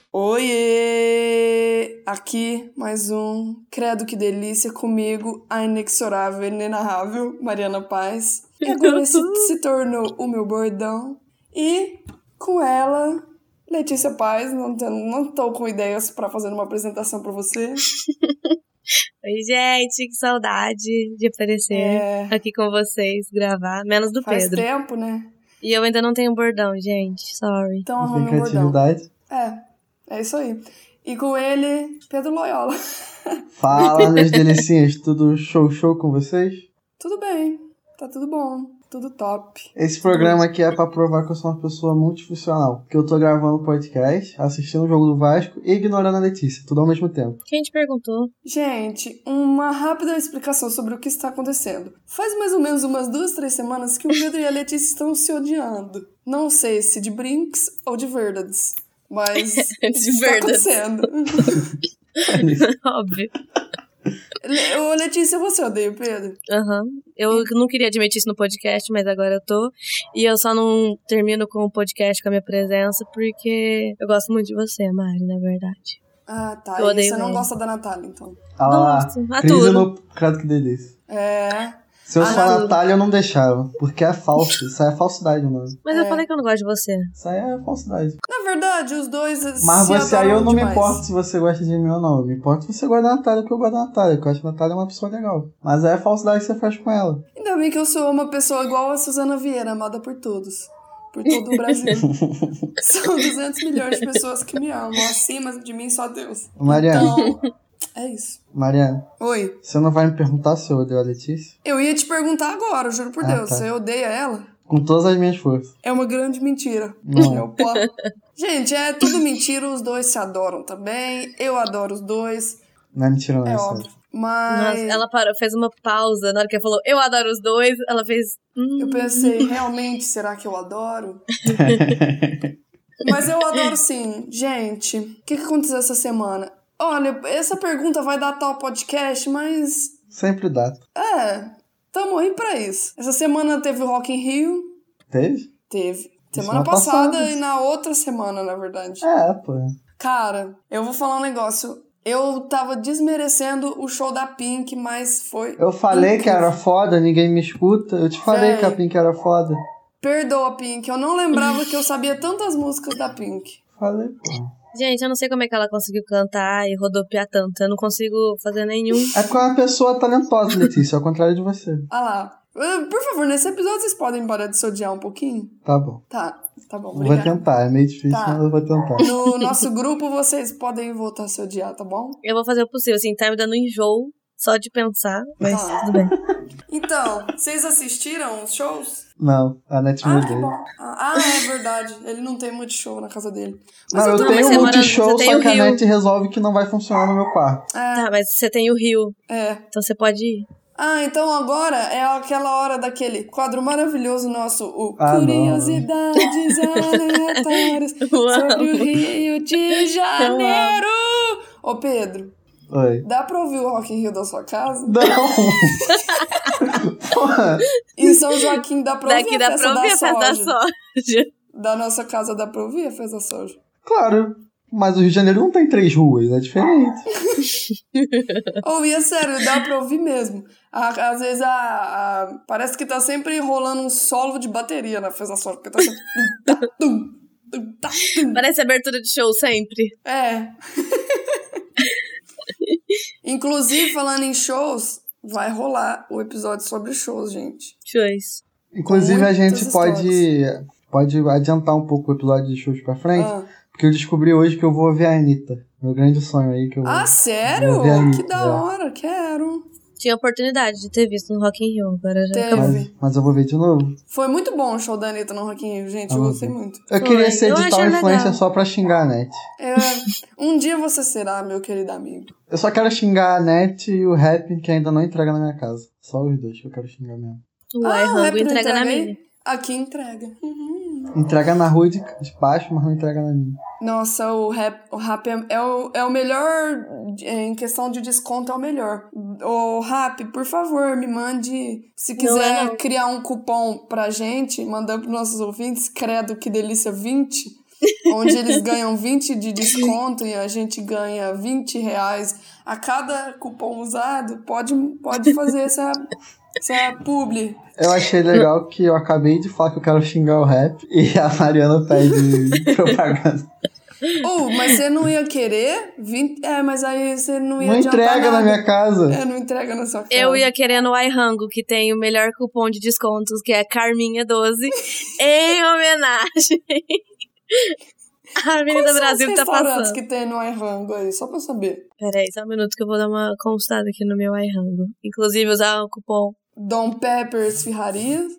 Oiê! Aqui mais um Credo que Delícia comigo, a inexorável, inenarrável Mariana Paz. E agora esse se tornou o meu bordão. E com ela, Letícia Paz. Não tô com ideias pra fazer uma apresentação pra você. Oi, gente, que saudade de aparecer aqui com vocês, gravar. Menos do Faz Pedro. Faz tempo, né? E eu ainda não tenho bordão, gente. Sorry. Então arrume um bordão. É isso aí. E com ele, Pedro Loyola. Fala, meus delicinhas. Tudo show com vocês? Tudo bem. Tá tudo bom. Tudo top. Esse programa aqui é pra provar que eu sou uma pessoa multifuncional. Que eu tô gravando podcast, assistindo o jogo do Vasco e ignorando a Letícia. Tudo ao mesmo tempo. Quem te perguntou? Gente, uma rápida explicação sobre o que está acontecendo. Faz mais ou menos umas 2-3 semanas que o Pedro e a Letícia estão se odiando. Não sei se de brinks ou de verdades. Mas de está acontecendo. Óbvio. Ô, Letícia, você odeia o Pedro? Eu não queria admitir isso no podcast, mas agora eu tô. E eu só não termino com o podcast com a minha presença porque eu gosto muito de você, Mari, na verdade. Ah, tá. Eu odeio e você não ele. gosta da Natália, então? Nossa, crise no Credo que Delícia. Se eu sou a Natália, eu não deixava. Porque é falso. Isso aí é falsidade, mano. Mas eu falei que eu não gosto de você. Isso aí é falsidade. Na verdade, os dois Mas se você aí eu não demais. me importo se você gosta de mim ou não. Eu me importo se você gosta da Natália, porque eu gosto da Natália. Porque eu acho que a Natália é uma pessoa legal. Mas aí é falsidade que você faz com ela. Ainda bem que eu sou uma pessoa igual a Suzana Vieira, amada por todos. Por todo o Brasil. São 200 milhões de pessoas que me amam. Acima de mim, só Deus. Mariana. Então, é isso. Mariana. Oi. Você não vai me perguntar se eu odeio a Letícia? Eu ia te perguntar agora, eu juro por Deus. Tá. Você odeia ela? Com todas as minhas forças. É uma grande mentira. Não. Gente, é tudo mentira. Os dois se adoram também. Eu adoro os dois. Não é mentira, não. É óbvio. Mas... Nossa, ela parou, fez uma pausa na hora que ela falou, eu adoro os dois, ela fez... Eu pensei, realmente, será que eu adoro? Mas eu adoro sim. Gente, o que aconteceu essa semana? Olha, essa pergunta vai datar o podcast, mas... Sempre dá. Tamo aí pra isso. Essa semana teve o Rock in Rio. Teve? Teve. Semana passada e na outra semana, na verdade. Pô. Cara, eu vou falar um negócio... Eu tava desmerecendo o show da Pink, mas foi... Eu falei que era foda, ninguém me escuta. Eu te falei que a Pink era foda. Perdoa, Pink. Eu não lembrava que eu sabia tantas músicas da Pink. Falei, pô. Gente, eu não sei como é que ela conseguiu cantar e rodopiar tanto. Eu não consigo fazer nenhum. É porque é uma pessoa talentosa, Letícia, ao contrário de você. Ah lá. Por favor, nesse episódio vocês podem parar de se odiar um pouquinho? Tá bom. Tá bom, obrigada. Vou tentar, é meio difícil, mas eu vou tentar. No nosso grupo, vocês podem voltar a se odiar, tá bom? Eu vou fazer o possível, assim, tá me dando enjoo só de pensar, mas tudo bem. Então, vocês assistiram os shows? Não, a net me odeia. É verdade. Ele não tem multishow na casa dele. Mas eu tenho um multishow, só que a net resolve que não vai funcionar no meu quarto. Tá, mas você tem o Rio. Então você pode ir. Então agora é aquela hora daquele quadro maravilhoso nosso, o Curiosidades Aleatórias sobre o Rio de Janeiro. Ô Pedro. Oi. Dá pra ouvir o Rock in Rio da sua casa? Não. Porra. Em São Joaquim dá pra ouvir a festa da soja. Da nossa casa dá pra ouvir a festa da soja? Claro. Mas o Rio de Janeiro não tem 3 ruas, é diferente. É sério, dá pra ouvir mesmo. Às vezes parece que tá sempre rolando um solo de bateria na festa da soja. Porque tá sempre... Parece abertura de show sempre. Inclusive, falando em shows, vai rolar o episódio sobre shows, gente. Shows. Inclusive, a gente pode adiantar um pouco o episódio de shows pra frente. Porque eu descobri hoje que eu vou ver a Anitta. Meu grande sonho aí que eu vou... sério? Ver a Anitta, que da hora, quero. Tinha oportunidade de ter visto no Rock in Rio, agora já teve. Mas eu vou ver de novo. Foi muito bom o show da Anitta no Rock in Rio, gente. Eu gostei muito. Eu queria ser digital influencer só pra xingar a net. Um dia você será, meu querido amigo. Eu só quero xingar a net e o rap que ainda não entrega na minha casa. Só os dois que eu quero xingar mesmo. Uai, Rango entrega na minha. Aqui entrega. Entrega na rua de baixo, mas não entrega na minha. Nossa, o rap é o melhor, em questão de desconto é o melhor. O rap, por favor, me mande, se quiser criar um cupom pra gente, mandando pros nossos ouvintes, Credo que Delícia 20, onde eles ganham 20 de desconto e a gente ganha R$20 a cada cupom usado, pode fazer essa publi. Eu achei legal que eu acabei de falar que eu quero xingar o rap e a Mariana pede propaganda. Mas você não ia querer? Mas aí você não ia adiantar entrega nada. na minha casa. Não entrega na sua casa. Eu ia querer no iHango, que tem o melhor cupom de descontos, que é Carminha12, em homenagem à Avenida Brasil que tá passando. Quais são os restaurantes que tem no iHango aí? Só pra saber. Peraí, só um minuto que eu vou dar uma consultada aqui no meu iHango. Inclusive usar o cupom Dom Peppers Ferrarias.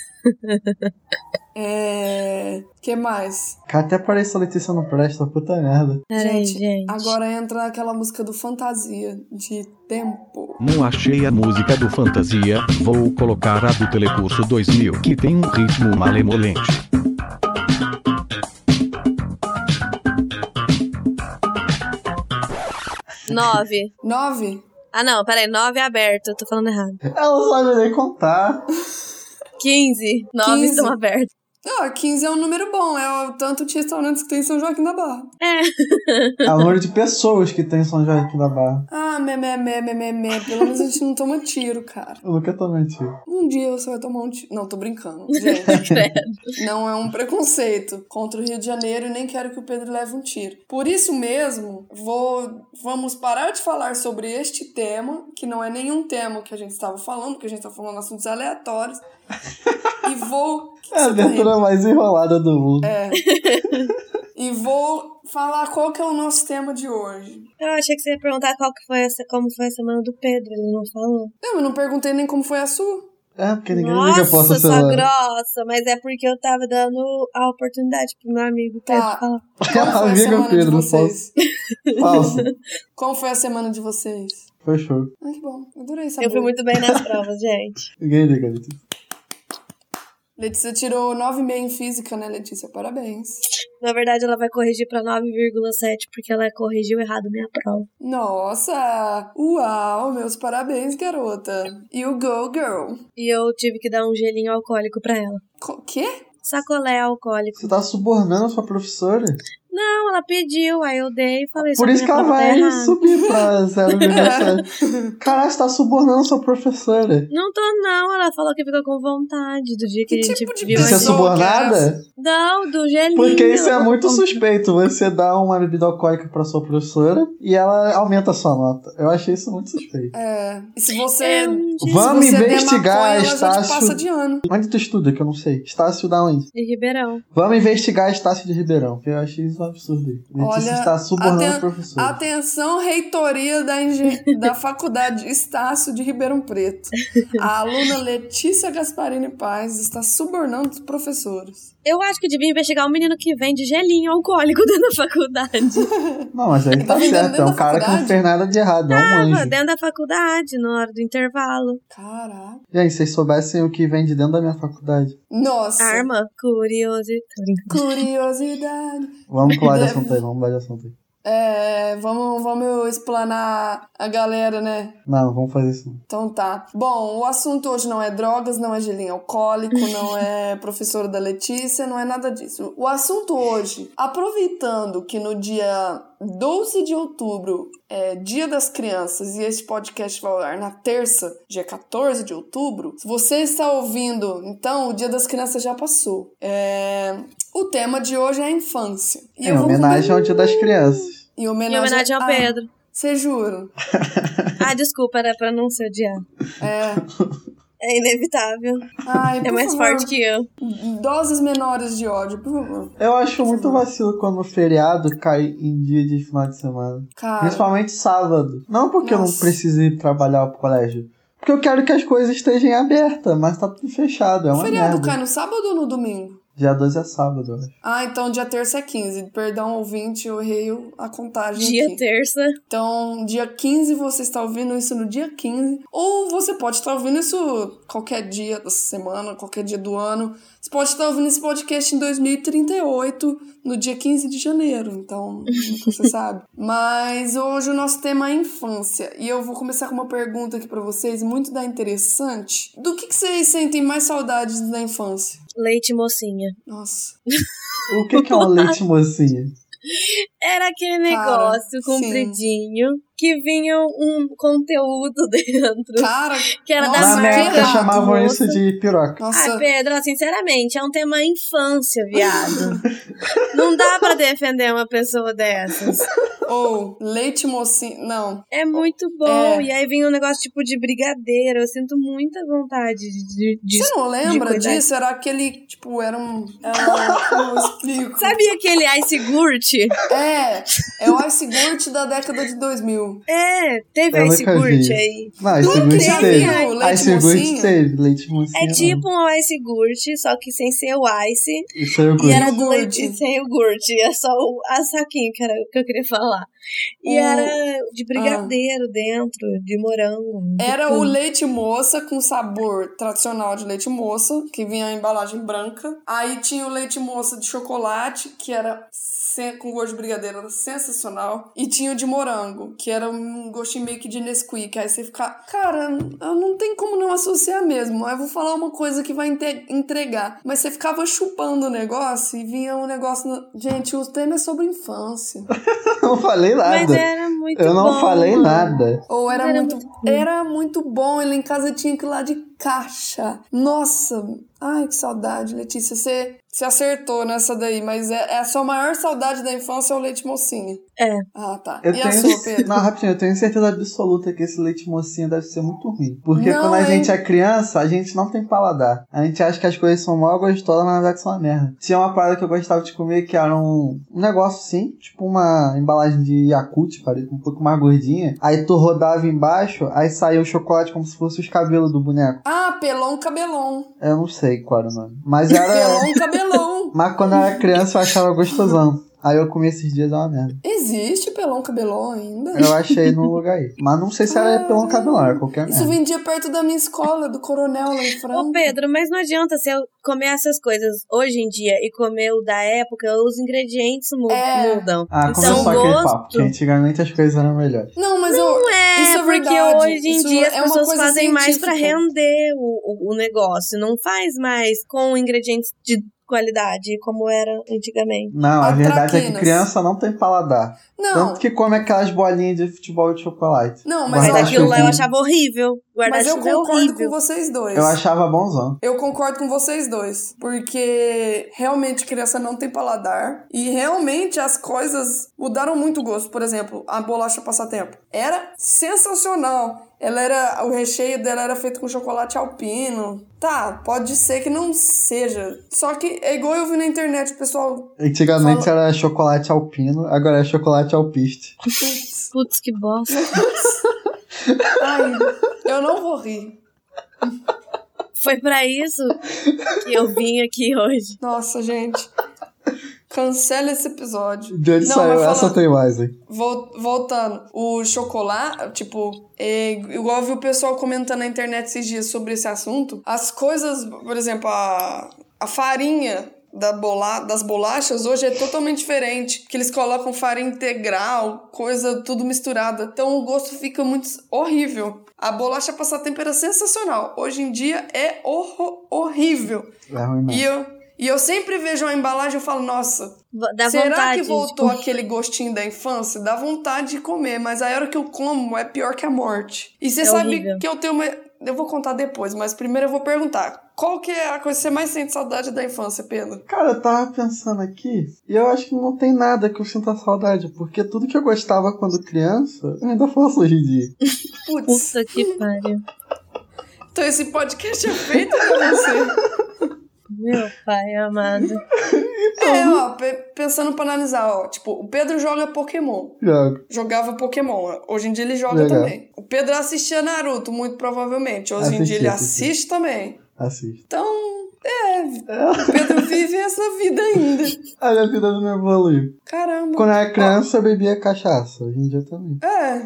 Que mais? Até parece a Letícia não presta, puta merda. Gente, agora entra aquela música do Fantasia, de Tempo. Não achei a música do Fantasia, vou colocar a do Telecurso 2000, que tem um ritmo malemolente. Nove? Ah, não, peraí, 9 é aberto, eu tô falando errado. Ela não sabe nem contar. 15. 9 estão abertos. 15 é um número bom, é o tanto de restaurantes que tem em São Joaquim da Barra. É o número de pessoas que tem em São Joaquim da Barra. Pelo menos a gente não toma tiro, cara. Eu nunca tomei tiro. Um dia você vai tomar um tiro. Não, tô brincando, gente. Não é um preconceito contra o Rio de Janeiro e nem quero que o Pedro leve um tiro. Por isso mesmo, vamos parar de falar sobre este tema, que não é nenhum tema que a gente estava falando, porque a gente tá falando assuntos aleatórios. E vou... É a abertura mais enrolada do mundo. E vou falar qual que é o nosso tema de hoje. Eu achei que você ia perguntar como foi a semana do Pedro, ele não falou. Eu não perguntei nem como foi a sua. Porque ninguém liga pra essa semana. Nossa, grossa, mas é porque eu tava dando a oportunidade pro meu amigo Pedro falar. Como foi a semana de vocês? Falso. Como foi a semana de vocês? Foi show. Que bom, adorei saber. Eu fui muito bem nas provas, gente. Ninguém liga, Letícia tirou 9,5 em física, né, Letícia? Parabéns. Na verdade, ela vai corrigir pra 9,7, porque ela corrigiu errado minha prova. Nossa! Uau, meus parabéns, garota. You go, girl. E eu tive que dar um gelinho alcoólico pra ela. Quê? Sacolé alcoólico. Você tá subornando a sua professora? Não, ela pediu, aí eu dei e falei... Por isso que ela vai subir pra 0,7. Caralho, você tá subornando a sua professora. Não tô, não. Ela falou que ficou com vontade do dia que a gente tipo de viu. Você é subornada? Não, do gelinho. Porque isso é muito suspeito. Você dá uma bebida alcoólica pra sua professora e ela aumenta a sua nota. Eu achei isso muito suspeito. E se você... Vamos se você investigar Estácio... Ela já te passa Estácio... de ano. Onde tu estuda, que eu não sei? Estácio da onde? De Ribeirão. Vamos investigar Estácio de Ribeirão, porque eu achei isso um absurdo. Letícia está subornando a professora. Atenção, reitoria da Faculdade Estácio de Ribeirão Preto. A aluna Letícia Gasparini Paz está subornando os professores. Eu acho que devia investigar um menino que vende gelinho alcoólico dentro da faculdade. Não, mas aí tá certo. É um cara que não fez nada de errado. É um anjo. Dentro da faculdade, na hora do intervalo. Caraca. Gente, se vocês soubessem o que vende dentro da minha faculdade. Nossa. Arma, curiosidade. Vamos pular de assunto aí, vamos mudar de assunto aí. Vamos explanar a galera, né? Não, vamos fazer isso. Então tá. Bom, o assunto hoje não é drogas, não é gelinho alcoólico, não é professora da Letícia, não é nada disso. O assunto hoje, aproveitando que no dia 12 de outubro é Dia das Crianças e este podcast vai ao ar na terça, dia 14 de outubro, se você está ouvindo, então o Dia das Crianças já passou. O tema de hoje é a infância. Em homenagem ao Dia das Crianças. Em homenagem ao Pedro. Você jura? Desculpa, era pra não se odiar. É inevitável. É mais forte que eu. Doses menores de ódio, por favor. Eu acho muito vacilo quando o feriado cai em dia de final de semana. Cara. Principalmente sábado. Não porque eu não preciso ir trabalhar pro colégio. Porque eu quero que as coisas estejam abertas, mas tá tudo fechado. É uma merda. O feriado cai no sábado ou no domingo? Dia 12 é sábado, eu acho. Então dia terça é 15. Perdão, ouvinte, eu errei a contagem dia aqui. Terça. Então, dia 15 você está ouvindo isso no dia 15. Ou você pode estar ouvindo isso qualquer dia da semana, qualquer dia do ano. Você pode estar ouvindo esse podcast em 2038, no dia 15 de janeiro. Então, você sabe. Mas hoje o nosso tema é infância. E eu vou começar com uma pergunta aqui pra vocês, muito interessante. Do que vocês sentem mais saudades da infância? Leite mocinha. Nossa. O que é um leite mocinha? Era aquele negócio compridinho que vinha um conteúdo dentro. Cara, que era na da marca. América chamavam isso de piroca. Nossa. Ah, Pedro, sinceramente, é um tema infância, viado. Não dá pra defender uma pessoa dessas. Ou leite mocinho, não. É muito bom. E aí vinha um negócio tipo de brigadeiro. Eu sinto muita vontade de Você não lembra disso? Era aquele, tipo, era um... como eu explico? Sabe aquele Ice Gurt? É o Ice Gurt da década de 2000. Teve Ice Gurt aí. Não, Ice Gurt teve. Ice Gurt teve, leite mocinho. É tipo um Ice Gurt, só que sem ser o Ice. E era do leite sem iogurte. É só o saquinho que era o que eu queria falar. E era de brigadeiro dentro, de morango. Era o leite moça com sabor tradicional de leite moça, que vinha em embalagem branca. Aí tinha o leite moça de chocolate, que era com gosto de brigadeiro, era sensacional. E tinha o de morango, que era um gostinho meio que de Nesquik. Aí você fica, cara, eu não tem como não associar mesmo. Aí eu vou falar uma coisa que vai entregar. Mas você ficava chupando o negócio e vinha um negócio... Gente, o tema é sobre infância. Não falei nada. Mas era muito bom. Eu não falei nada. Ou era muito bom. Ele em casa tinha que ir lá de caixa. Nossa, ai que saudade, Letícia. Você acertou nessa daí, mas a sua maior saudade da infância é o leite mocinha. Ah, tá. A sua, Pedro? Não, rapidinho, eu tenho certeza absoluta que esse leite mocinha deve ser muito ruim. Porque quando a gente é criança, a gente não tem paladar. A gente acha que as coisas são mó gostosas, mas na verdade são uma merda. Tinha uma parada que eu gostava de comer que era um negócio assim, tipo uma embalagem de Yakult, parece um pouco mais gordinha. Aí tu rodava embaixo, aí saía o chocolate como se fosse os cabelos do boneco. Ah, Pelon Cabelon. Eu não sei qual era o nome. Mas era... Pelon Cabelon. Mas quando eu era criança eu achava gostosão. Aí eu comi esses dias, é uma merda. Existe Pelon Cabelon ainda? Eu achei num lugar aí. Mas não sei se era Pelon Cabelon, era qualquer merda. Isso vendia perto da minha escola, do Coronel lá em Franca. Ô Pedro, mas não adianta você comer essas coisas hoje em dia e comer o da época, os ingredientes mudam. Ah, começou aquele papo, que antigamente as coisas eram melhores. Não, mas isso é porque verdade. Hoje em dia as pessoas fazem científica. mais pra render o negócio, não faz mais com ingredientes de qualidade, como era antigamente. Não, a verdade é que criança não tem paladar. Não. Tanto que come aquelas bolinhas de futebol de chocolate. Não, mas aquilo lá eu achava horrível. Mas eu concordo com vocês dois. Eu achava bonzão. Eu concordo com vocês dois. Porque realmente criança não tem paladar. E realmente as coisas mudaram muito o gosto. Por exemplo, a bolacha passatempo. Era sensacional. O recheio dela era feito com chocolate alpino. Tá, pode ser que não seja. Só que é igual eu vi na internet, o pessoal... Antigamente era chocolate alpino, agora é chocolate alpiste. Putz, que bosta. Ai, eu não vou rir. Foi pra isso que eu vim aqui hoje. Nossa, gente. Cancela esse episódio. De onde saiu? Essa tem mais, hein? Voltando. O chocolate, tipo... igual eu vi o pessoal comentando na internet esses dias sobre esse assunto. As coisas... Por exemplo, a farinha... das bolachas hoje é totalmente diferente, que eles colocam farinha integral, coisa tudo misturada, então o gosto fica muito horrível. A bolacha passatempo era sensacional, hoje em dia é horrível. É ruim mesmo. E eu sempre vejo uma embalagem e falo, nossa, dá será vontade, que voltou aquele gostinho da infância? Dá vontade de comer, mas a hora que eu como é pior que a morte. E você sabe horrível. Que eu tenho uma... Eu vou contar depois, mas primeiro eu vou perguntar. Qual que é a coisa que você mais sente saudade da infância, Pedro? Cara, eu tava pensando aqui e eu acho que não tem nada que eu sinta saudade, porque tudo que eu gostava quando criança, eu ainda faço hoje em dia. Putz. Puta que pariu. Então esse podcast é feito pra você. Meu pai amado. Pensando pra analisar, tipo, o Pedro joga Pokémon. Jogava Pokémon. Hoje em dia ele joga também. O Pedro assistia Naruto, muito provavelmente. Hoje em dia ele assiste também. Assiste. Então, o Pedro vive essa vida ainda. A minha vida não evoluiu. Caramba. Quando eu era criança, eu bebia cachaça. Hoje em dia também.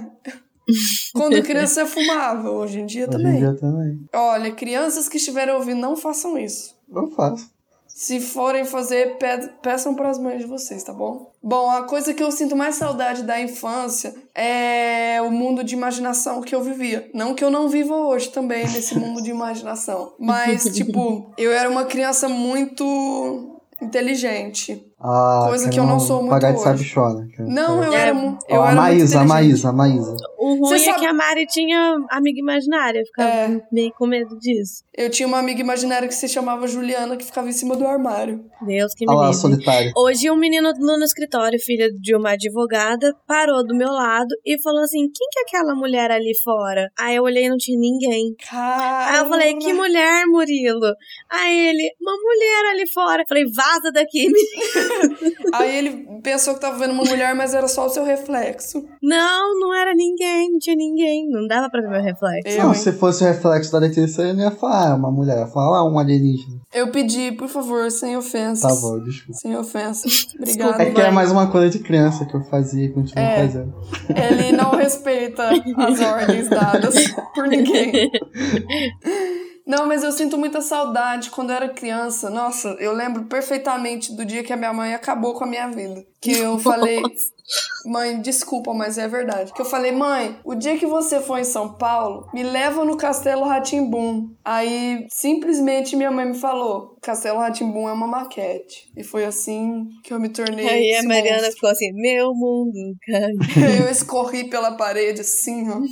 Quando criança eu fumava. Hoje em dia também. Hoje em dia também. Olha, crianças que estiverem ouvindo, não façam isso. Eu faço. Se forem fazer, peçam para as mães de vocês, tá bom? Bom, a coisa que eu sinto mais saudade da infância é o mundo de imaginação que eu vivia. Não que eu não viva hoje também nesse mundo de imaginação. Mas, tipo, eu era uma criança muito inteligente. Coisa que eu não sou muito pagar de hoje. sabichona. Não, eu era muito A Maísa. O ruim Você é que a Mari tinha amiga imaginária. Eu ficava meio com medo disso. Eu tinha uma amiga imaginária que se chamava Juliana, que ficava em cima do armário. Deus que me livre. Solitária. Hoje um menino no escritório, filho de uma advogada, parou do meu lado e falou assim, quem que é aquela mulher ali fora? Aí eu olhei e não tinha ninguém. Caramba. Aí eu falei, que mulher, Murilo? Aí ele, uma mulher ali fora. Eu falei, vaza daqui, menino. Aí ele pensou que tava vendo uma mulher, mas era só o seu reflexo. Não era ninguém, não tinha ninguém. Não dava pra ver meu reflexo. Não, se fosse o reflexo da Letícia, eu não ia falar uma mulher, ia falar um alienígena. Eu pedi, por favor, sem ofensas. Tá bom, desculpa. Sem ofensas. Obrigada. É que é mais uma coisa de criança que eu fazia e continuo fazendo. Ele não respeita as ordens dadas por ninguém. Não, mas eu sinto muita saudade quando eu era criança. Nossa, eu lembro perfeitamente do dia que a minha mãe acabou com a minha vida. Que eu falei... Mãe, desculpa, mas é verdade. Que eu falei, mãe, o dia que você for em São Paulo, me leva no Castelo Rá-Tim-Bum. Aí, simplesmente, minha mãe me falou, Castelo Rá-Tim-Bum é uma maquete. E foi assim que eu me tornei Aí a Mariana monstro. ficou assim, meu mundo caiu. Eu escorri pela parede, assim, ó.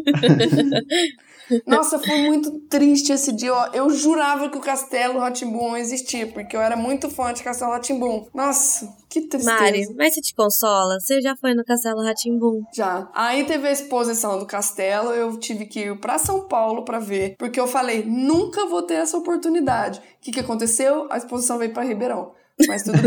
Nossa, foi muito triste esse dia. Eu jurava que o Castelo Rá-Tim-Bum existia, porque eu era muito fã de Castelo Rá-Tim-Bum. Nossa, que tristeza. Mari, mas se te consola, você já foi no Castelo Rá-Tim-Bum? Já. Aí teve a exposição do castelo, eu tive que ir pra São Paulo pra ver, porque eu falei, nunca vou ter essa oportunidade. O que aconteceu? A exposição veio pra Ribeirão. Mas tudo bem.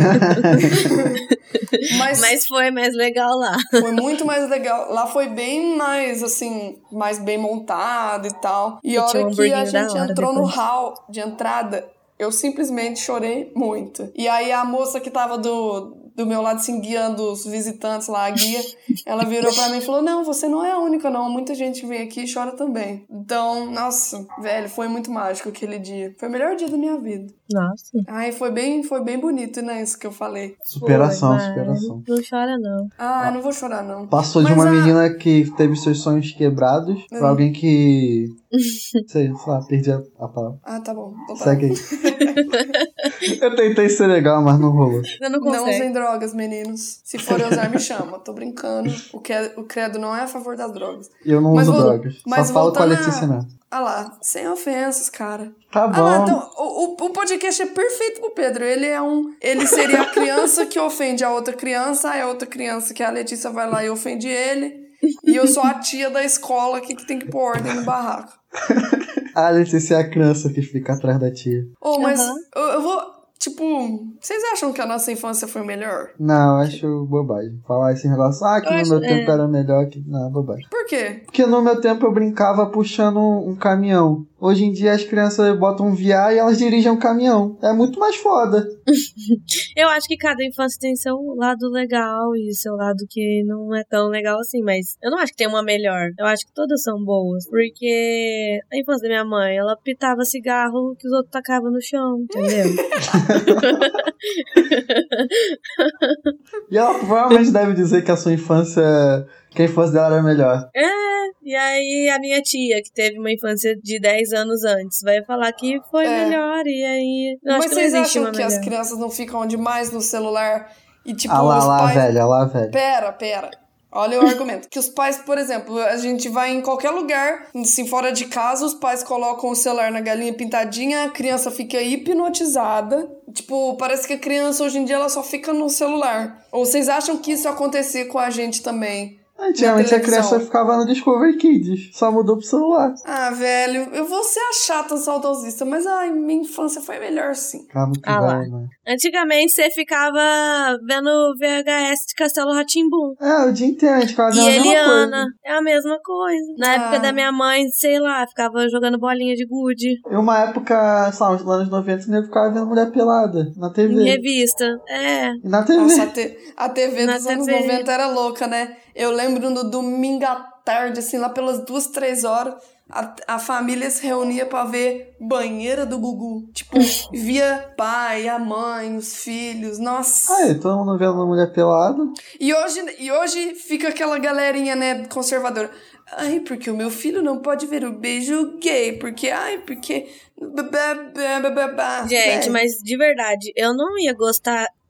Mas foi mais legal lá. Foi muito mais legal. Lá foi bem mais, assim, mais bem montado e tal. E a hora que a gente entrou no hall de entrada, eu simplesmente chorei muito. E aí a moça que tava do meu lado, assim, guiando os visitantes lá, a guia, ela virou pra mim e falou, não, você não é a única, não. Muita gente vem aqui e chora também. Então, nossa, velho, foi muito mágico aquele dia. Foi o melhor dia da minha vida. Nossa. Ai, foi bem bonito, né, isso que eu falei. Superação. Não chora, não. Ah, não vou chorar, não. Passou de uma menina que teve seus sonhos quebrados pra alguém que... sei lá, perdi a palavra. Ah, tá bom. Então tá. Segue aí. Eu tentei ser legal, mas não rolou. Não usem drogas, meninos. Se forem usar, me chama. Tô brincando. O credo não é a favor das drogas. Eu não uso drogas. Mas só falo com a Letícia mesmo. Ah lá, sem ofensas, cara. Tá bom. Ah lá, então, o podcast é perfeito pro Pedro. Ele seria a criança que ofende a outra criança, aí a outra criança que a Letícia vai lá e ofende ele. E eu sou a tia da escola que tem que pôr ordem no barraco. A Letícia é a criança que fica atrás da tia. Mas eu vou... Tipo, vocês acham que a nossa infância foi melhor? Não, acho bobagem. Falar esse negócio, que no meu tempo era melhor que... Não, bobagem. Por quê? Porque no meu tempo eu brincava puxando um caminhão. Hoje em dia as crianças botam um VR e elas dirigem um caminhão. É muito mais foda. Eu acho que cada infância tem seu lado legal e seu lado que não é tão legal assim, mas eu não acho que tem uma melhor. Eu acho que todas são boas, porque a infância da minha mãe, ela pitava cigarro que os outros tacavam no chão, entendeu? E ela provavelmente deve dizer que a sua infância... que a infância dela era melhor. E aí a minha tia, que teve uma infância de 10 anos antes, vai falar que foi melhor, e aí... Mas vocês acham que as crianças não ficam demais no celular e tipo... Olha lá, velho. Pera. Olha o argumento. Que os pais, por exemplo, a gente vai em qualquer lugar, assim, fora de casa, os pais colocam o celular na galinha pintadinha, a criança fica hipnotizada. Tipo, parece que a criança hoje em dia ela só fica no celular. Ou vocês acham que isso acontecia com a gente também? Antigamente a criança ficava no Discovery Kids, só mudou pro celular. Ah, velho, eu vou ser a chata saudosista, mas minha infância foi melhor sim. Mano. Antigamente você ficava vendo VHS de Castelo Rá-Tim-Bum. O dia inteiro a gente ficava vendo a mesma Eliana, coisa. é a mesma coisa. Na época da minha mãe, sei lá, ficava jogando bolinha de gude. Em uma época, sei lá, nos anos 90, eu ficava vendo Mulher Pelada na TV. Em revista, E na TV. Nossa, a TV dos anos 90 era louca, né? Eu lembro no domingo à tarde, assim, lá pelas 2, 3 horas, a família se reunia pra ver Banheira do Gugu. Tipo, via pai, a mãe, os filhos, nossa. Todo mundo vendo Mulher Pelada. E hoje fica aquela galerinha, né, conservadora. Ai, porque o meu filho não pode ver o beijo gay, porque... Gente, mas de verdade, eu não ia gostar...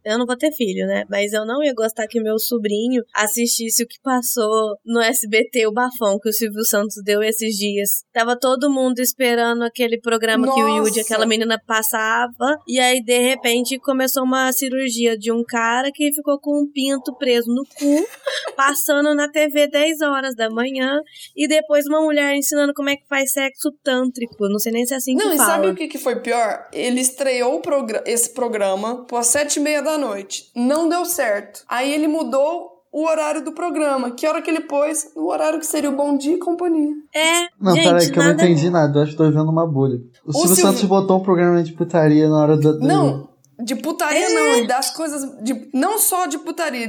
eu não vou ter filho, né? Mas eu não ia gostar que meu sobrinho assistisse o que passou no SBT, o bafão que o Silvio Santos deu esses dias. Tava todo mundo esperando aquele programa que o Yudi, aquela menina, passava. E aí, de repente, começou uma cirurgia de um cara que ficou com um pinto preso no cu, passando na TV 10 horas da manhã. E depois uma mulher ensinando como é que faz sexo tântrico. Não sei nem se é assim que fala. Não, e sabe o que foi pior? Ele estreou esse programa às 7h30 da noite. Não deu certo. Aí ele mudou o horário do programa. Que hora que ele pôs? No horário que seria o Bom Dia e Companhia. Não, gente, peraí, que eu não entendi nada. Eu acho que tô vendo uma bolha. O Silvio Santos botou um programa de putaria na hora do... Não, de putaria não. E das coisas... não só de putaria,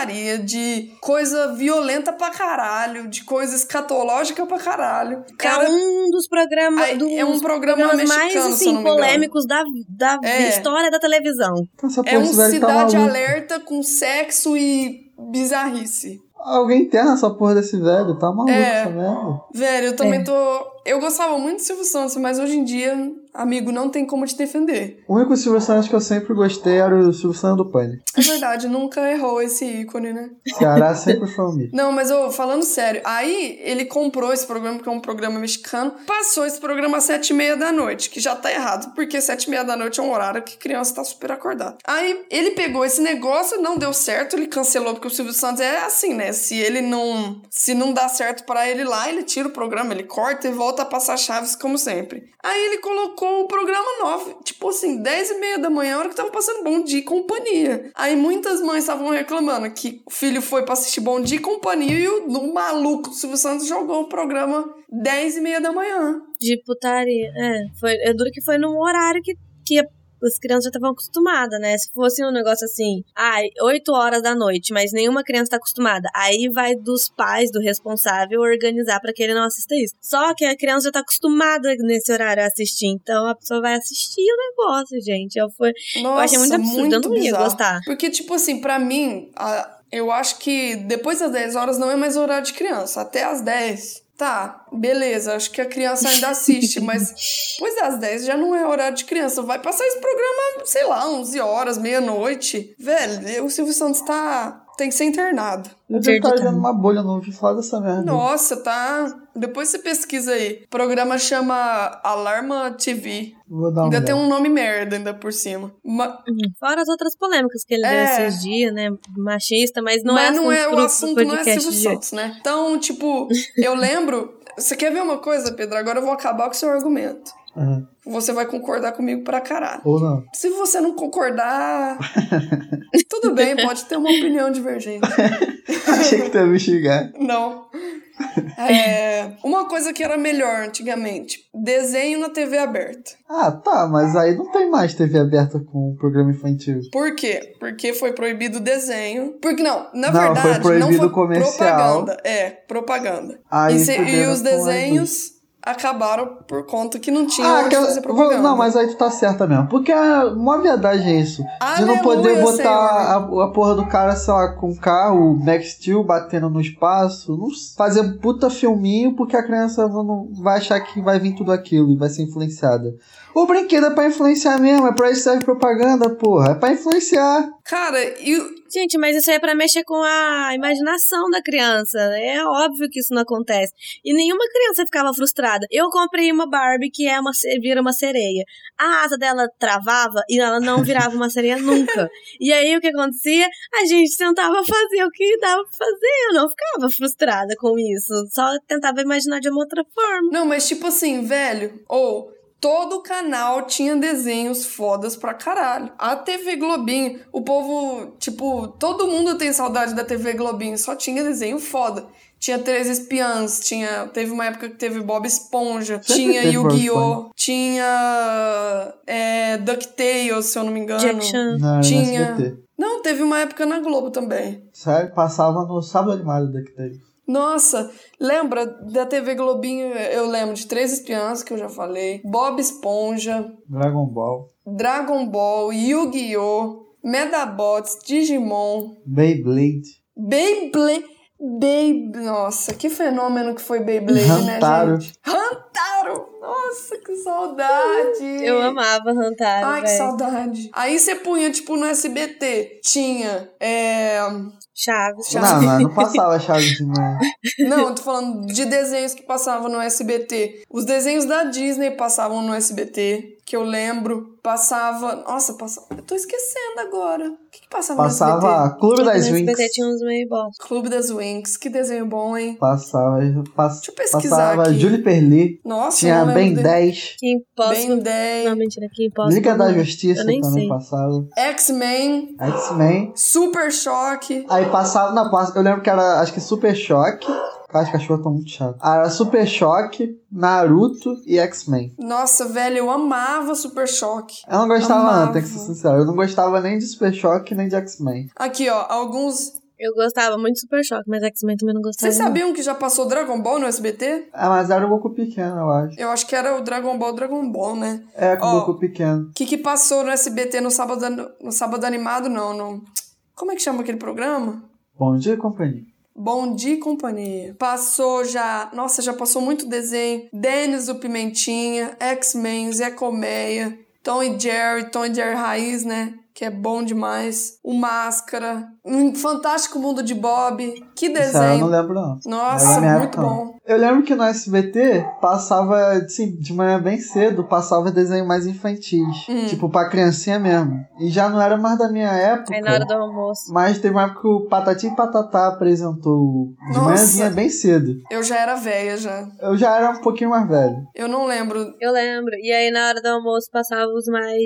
de coisa violenta pra caralho, de coisa escatológica pra caralho. Cara, é um dos programas... é um programa mexicano, mais, assim, polêmicos da história da televisão. É um Cidade Alerta com sexo e bizarrice. Alguém interna essa porra desse velho, tá maluco essa merda. Velho, eu também tô... Eu gostava muito do Silvio Santos, mas hoje em dia, amigo, não tem como te defender. O único Silvio Santos que eu sempre gostei era o Silvio Santos do Pânico. É verdade, nunca errou esse ícone, né? Ceará sempre foi um mito. Não, mas falando sério, aí ele comprou esse programa, que é um programa mexicano, passou esse programa às 7h30 da noite, que já tá errado, porque 7h30 da noite é um horário que criança tá super acordada. Aí ele pegou esse negócio, não deu certo, ele cancelou, porque o Silvio Santos é assim, né? Se não dá certo pra ele lá, ele tira o programa, ele corta e volta a passar chaves como sempre. Aí ele colocou o programa 9, tipo assim, 10h30 da manhã, a hora que tava passando Bom Dia e Companhia. Aí muitas mães estavam reclamando que o filho foi pra assistir Bom Dia e Companhia e o maluco do Silvio Santos jogou o programa 10h30 da manhã. De putaria, é duro que foi num horário que as crianças já estavam acostumadas, né? Se fosse um negócio assim, 8 horas da noite, mas nenhuma criança tá acostumada, aí vai dos pais, do responsável, organizar pra que ele não assista isso. Só que a criança já tá acostumada nesse horário a assistir, então a pessoa vai assistir o negócio, gente. Eu achei muito absurdo, eu não ia gostar. Porque, tipo assim, pra mim, eu acho que depois das 10 horas não é mais horário de criança, até às 10... Tá, beleza, acho que a criança ainda assiste, mas depois das 10 já não é horário de criança. Vai passar esse programa, sei lá, 11 horas, meia-noite. Velho, o Silvio Santos tem que ser internado. Eu já tava vendo uma bolha, não ouvi falar dessa merda. Nossa, tá... Depois você pesquisa aí. O programa chama Alarma TV. Vou dar uma ainda tem um nome merda ainda por cima. Fora as outras polêmicas que ele deu esses dias, né? Machista, mas não é o assunto não é Silvio Santos, né? Então, tipo, eu lembro... Você quer ver uma coisa, Pedro? Agora eu vou acabar com o seu argumento. Uhum. Você vai concordar comigo pra caralho. Ou não. Se você não concordar... tudo bem, pode ter uma opinião divergente. Achei que tu ia me xingar. Não. Uma coisa que era melhor antigamente, desenho na TV aberta. Tá, mas aí não tem mais TV aberta com programa infantil. Por quê? Porque foi proibido o desenho. Porque na verdade, foi proibido, não foi comercial. propaganda. Propaganda. Aí e os desenhos acabaram por conta que não tinha onde fazer propaganda. Não, mas aí tu tá certa mesmo. Porque uma verdade é isso. De não poder botar a porra do cara, sei lá, com o carro, o Max Steel batendo no espaço, não fazer puta filminho, porque a criança não vai achar que vai vir tudo aquilo e vai ser influenciada. O brinquedo é pra influenciar mesmo, é pra isso serve propaganda, porra. É pra influenciar. Cara, gente, mas isso aí é pra mexer com a imaginação da criança. É óbvio que isso não acontece. E nenhuma criança ficava frustrada. Eu comprei uma Barbie que vira uma sereia. A asa dela travava e ela não virava uma sereia nunca. E aí o que acontecia? A gente tentava fazer o que dava pra fazer. Eu não ficava frustrada com isso. Só tentava imaginar de uma outra forma. Não, mas tipo assim, velho, todo canal tinha desenhos fodas pra caralho. A TV Globinho, o povo, tipo, todo mundo tem saudade da TV Globinho, só tinha desenho foda. Tinha Três Espiãs, teve uma época que teve Bob Esponja, tinha Yu-Gi-Oh!, tinha DuckTales, se eu não me engano. Não, tinha... Não, teve uma época na Globo também. Sério, passava no Sábado Animado do DuckTales. Nossa, lembra da TV Globinho? Eu lembro de Três Espiãs, que eu já falei. Bob Esponja. Dragon Ball, Yu-Gi-Oh!, Medabots, Digimon. Beyblade. Nossa, que fenômeno que foi Beyblade, né, gente? Hantaro! Nossa! Nossa, que saudade! Eu amava Hantaro, Ai, que velho. saudade. Aí você punha, tipo, no SBT. Tinha, Chaves. Não passava Chaves de manhã. Não, eu tô falando de desenhos que passavam no SBT. Os desenhos da Disney passavam no SBT, que eu lembro. Passava... Nossa, passava... Eu tô esquecendo agora. O que passava no SBT? Passava Clube das No Winx. SBT tinha uns meio bosta. Clube das Winx. Que desenho bom, hein? Passava Deixa eu pesquisar passava aqui. Juniper Lee. Nossa, eu Tinha não Ben lembro 10. Kim Possible. Ben 10. Não, mentira, Kim Possible. Liga da não. Justiça Eu nem também sei. passava. X-Men. X-Men. Super Choque. Aí passava na parte. Eu lembro que era, acho que Super Choque. As cachorros estão muito chatos. Era Super Choque, Naruto e X-Men. Nossa, velho, eu amava Super Choque. Eu não gostava, Amava. não, tem que ser sincero. Eu não gostava nem de Super Choque nem de X-Men. Aqui, ó, alguns... Eu gostava muito de Super Choque, mas X-Men também não gostava. Vocês sabiam que já passou Dragon Ball no SBT? Mas era o Goku pequeno, eu acho. Eu acho que era o Dragon Ball, né? É, com o Ó, Goku pequeno. O que passou no SBT no sábado animado, não, no... Como é que chama aquele programa? Bom dia, companhia. Bom Dia e Companhia. Passou já... Nossa, já passou muito desenho. Dennis o Pimentinha, X-Men, Zé Colmeia, Tom e Jerry Raiz, né? Que é bom demais. O Máscara. Um Fantástico Mundo de Bob. Que Isso aí eu desenho. não lembro, não. Nossa, Era da minha muito época, não. bom. Eu lembro que no SBT passava, assim, de manhã bem cedo, passava desenho mais infantis. Tipo, pra criancinha mesmo. E já não era mais da minha época. Aí na hora do almoço. Mas teve uma época que o Patati e Patatá apresentou de Nossa. manhãzinha bem cedo. Eu já era velha, já. Eu já era um pouquinho mais velho. Eu não lembro. Eu lembro. E aí na hora do almoço passava os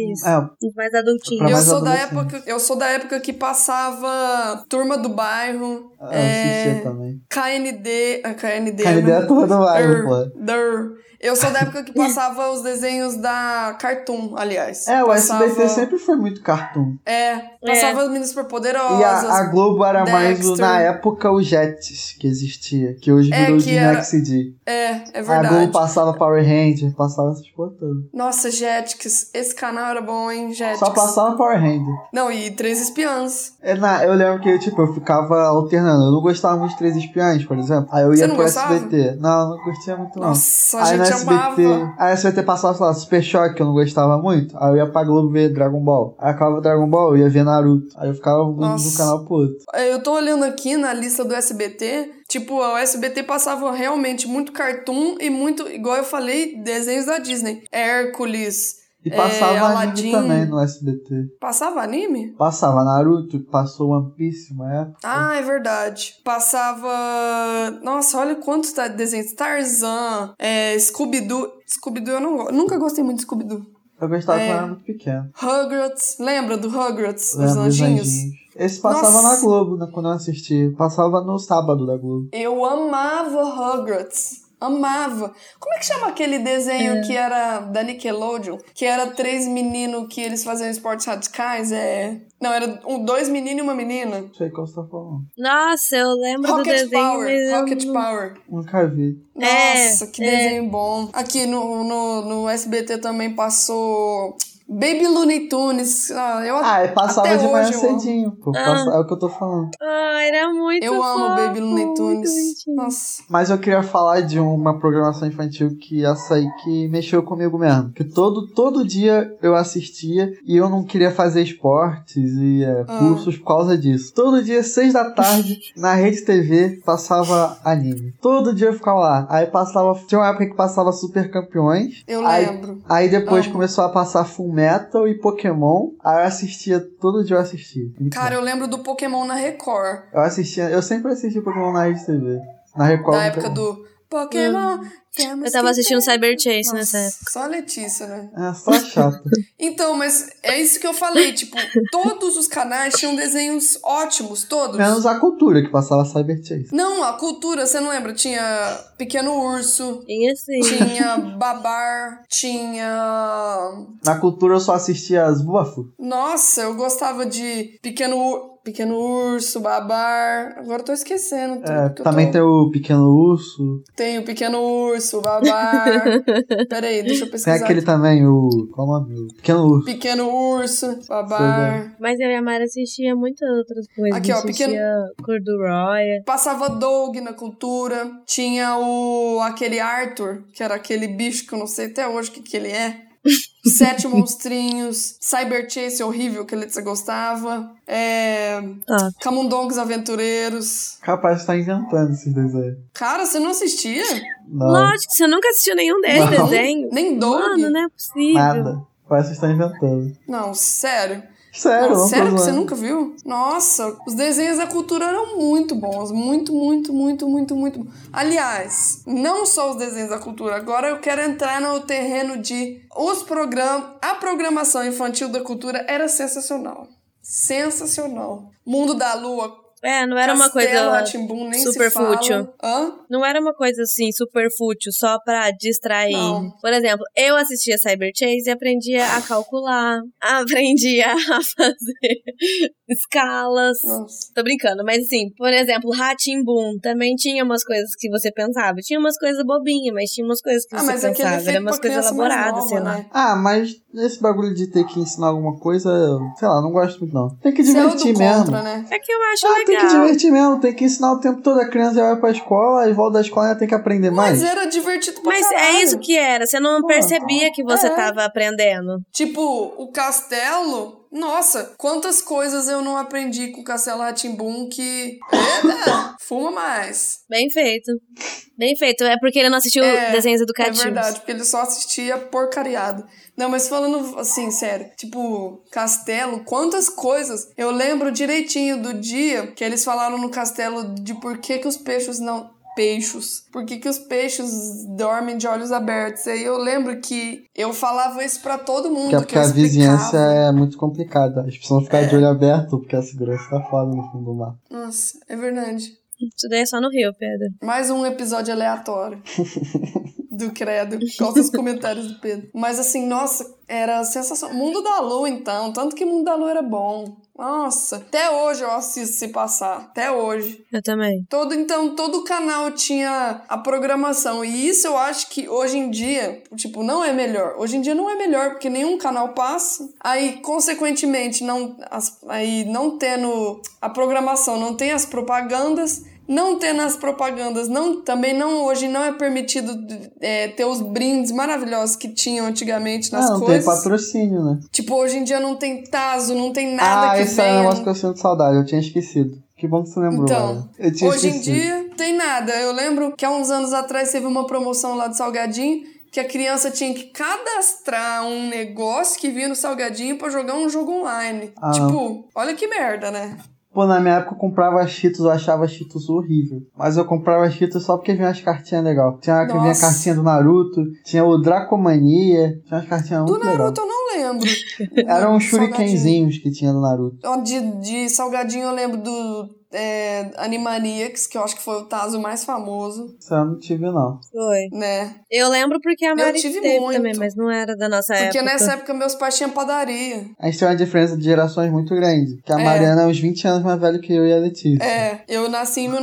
mais adultinhos. Pra Eu mais sou da época que passava Turma do Bairro. Eu assistia também. KND. KND é a Turma do Bairro, pô. Eu sou da época que passava os desenhos da Cartoon, aliás. O Passava... SBT sempre foi muito cartoon. Passava as Meninas Superpoderosas. E a Globo era mais, Dexter. na época, o Jetix que existia. Que hoje virou o Dinexid. É A verdade. Globo passava Power Ranger, passava essas porra todas. Nossa, Jetix. Esse canal era bom, hein, Jetix. Só passava Power Ranger. Não, e Três Espiãs. Eu lembro que, tipo, eu ficava alternando. Eu não gostava muito de Três Espiãs, por exemplo. Aí eu ia pro gostava? SBT. Não curtia muito, não. Nossa, a Aí gente no SBT, amava. Aí a SBT passava, sei lá, Super Choque, que eu não gostava muito. Aí eu ia pra Globo ver Dragon Ball. Aí acabava Dragon Ball, eu ia ver Naruto. Aí eu ficava de um canal pro outro. Eu tô olhando aqui na lista do SBT, tipo, o SBT passava realmente muito cartoon e muito, igual eu falei, desenhos da Disney. Hércules, E passava Aladdin. anime também no SBT. Passava anime? Passava Naruto, passou One Piece uma época. Ah, é verdade. Passava... Nossa, olha quantos desenhos. Tarzan, Scooby-Doo. Scooby-Doo eu nunca gostei muito de Scooby-Doo. Eu gostava quando era muito pequeno. Rugrats. Lembra do Rugrats? Os Lembro dos anjinhos? Esse passava Nossa. na Globo, né, quando eu assisti. Passava no sábado da Globo. Eu amava Rugrats. Amava. Como é que chama aquele desenho que era da Nickelodeon? Que era 3 meninos que eles faziam esportes radicais? Não, era 2 meninos e uma menina. Não sei qual você tá falando. Nossa, eu lembro do Rocket desenho, Power. mas eu Rocket não- Power. Nunca vi. Nossa, que desenho bom. Aqui no SBT também passou Baby Looney Tunes. Passava até de manhã hoje eu amo. cedinho, pô. É o que eu tô falando. Era muito Eu amo fofo, Baby Looney muito Tunes. bonitinho. Nossa. Mas eu queria falar de uma programação infantil que essa aí que mexeu comigo mesmo. Que todo dia eu assistia e eu não queria fazer esportes e cursos por causa disso. Todo dia, 6 da tarde, na Rede TV, passava anime. Todo dia eu ficava lá. Aí passava... Tinha uma época que passava Super Campeões. Eu lembro. Aí depois Amo. começou a passar Fullmetal e Pokémon. Aí eu assistia, todo dia eu assistia. Muito Cara, bom. eu lembro do Pokémon na Record. Eu sempre assisti Pokémon na Rede TV. Na Record. Da época do Pokémon. Eu tava assistindo Cyber Chase nessa época. Só a Letícia, né? Só chata. Então, mas é isso que eu falei. Tipo, todos os canais tinham desenhos ótimos, todos. Menos a cultura que passava Cyber Chase. Não, a cultura, você não lembra? Tinha Pequeno Urso, E assim. tinha Babar, tinha... Na cultura eu só assistia as Buafu. Nossa, eu gostava de Pequeno Urso, Babar... Agora eu tô esquecendo tudo. Também tem o Pequeno Urso. Tem o Pequeno Urso, urso, Babar. Peraí, deixa eu pesquisar. Tem aquele também, qual o nome? Pequeno Urso. Pequeno Urso, Babar. Mas eu e a Mari assistia muitas outras coisas. Aqui, ó, assistia Corduroy. Passava Doug na Cultura. Tinha aquele Arthur, que era aquele bicho que eu não sei até hoje o que ele é. 7 Monstrinhos, Cyber Chase horrível que você gostava, Camundongos Aventureiros. Capaz de estar inventando esses desenhos. Cara, você não assistia? Não. Lógico, você nunca assistiu nenhum desses desenhos. Nem Doug? Mano, não é possível. Nada. Parece que está inventando. Não, sério. Sério, Não, não sério tô que você zoando. nunca viu? Nossa, os desenhos da Cultura eram muito bons. Muito, muito, muito, muito, muito bons. Aliás, não só os desenhos da Cultura. Agora eu quero entrar no terreno de a programação infantil da Cultura era sensacional. Sensacional. Mundo da Lua. Não era uma coisa Rá-Tim-Bum, nem super se fala. fútil. Hã? Não era uma coisa assim, super fútil, só pra distrair. Não. Por exemplo, eu assistia Cyber Chase e aprendia a calcular, aprendia a fazer escalas. Nossa. Tô brincando, mas assim, por exemplo, Rá-Tim-Bum também tinha umas coisas que você pensava. Tinha umas coisas bobinhas, mas tinha umas coisas que Mas você aquele é pensava. Era feito umas pra coisas criança mais elaboradas, sei nova, lá. né? Ah, mas esse bagulho de ter que ensinar alguma coisa, sei lá, não gosto muito não. Tem que Você é o divertir do mesmo. contra, né? É que eu acho Tem legal. que divertir mesmo, tem que ensinar o tempo todo. A criança já vai pra escola, e volta da escola e tem que aprender mais. Mas era divertido pra Mas caralho. é isso que era, você não percebia que você É. tava aprendendo. Tipo, o Castelo... Nossa, quantas coisas eu não aprendi com o Castelo Rá-Tim-Bum que... Eita, fuma mais. Bem feito. Bem feito. É porque ele não assistiu desenhos educativos. É verdade, porque ele só assistia porcariado. Não, mas falando assim, sério, tipo, Castelo, quantas coisas. Eu lembro direitinho do dia que eles falaram no Castelo de por que os peixes não... Por que os peixes dormem de olhos abertos? Aí eu lembro que eu falava isso pra todo mundo. Porque a vizinhança é muito complicada. As pessoas ficam de olho aberto porque a segurança tá foda no fundo do mar. Nossa, é verdade. Isso daí é só no Rio, Pedro. Mais um episódio aleatório do Credo, por causa dos comentários do Pedro. Mas assim, nossa, era sensacional. Mundo da Lua, então. Tanto que Mundo da Lua era bom. Nossa, até hoje eu assisto se passar. Até hoje. Eu também. Todo canal tinha a programação. E isso eu acho que hoje em dia, tipo, não é melhor. Hoje em dia não é melhor, porque nenhum canal passa. Aí, consequentemente, não tendo a programação, não tem as propagandas. Não tendo as propagandas, hoje não é permitido ter os brindes maravilhosos que tinham antigamente nas não coisas. Tem patrocínio, né? Tipo, hoje em dia não tem tazo, não tem nada que esse é um negócio que eu sinto saudade, eu tinha esquecido. Que bom que você lembrou. Então, eu tinha hoje esquecido. em dia tem nada. Eu lembro que há uns anos atrás teve uma promoção lá do Salgadinho que a criança tinha que cadastrar um negócio que vinha no Salgadinho pra jogar um jogo online. Tipo, olha que merda, né? Pô, na minha época eu comprava Cheetos, eu achava Cheetos horrível. Mas eu comprava Cheetos só porque vinha umas cartinhas legais. Tinha uma que vinha a cartinha do Naruto, tinha o Dracomania, tinha umas cartinhas muito legais. Do Naruto eu não lembro. Eram uns shurikenzinhos que tinha do Naruto. De Salgadinho eu lembro do Animaniacs, que eu acho que foi o tazo mais famoso. Isso eu não tive, não. Foi. Né? Eu lembro porque a Mari tive teve muito. também, mas não era da nossa época. Porque nessa época meus pais tinham padaria. A gente tem uma diferença de gerações muito grande. Que a Mariana é uns 20 anos mais velha que eu e a Letícia. Eu nasci em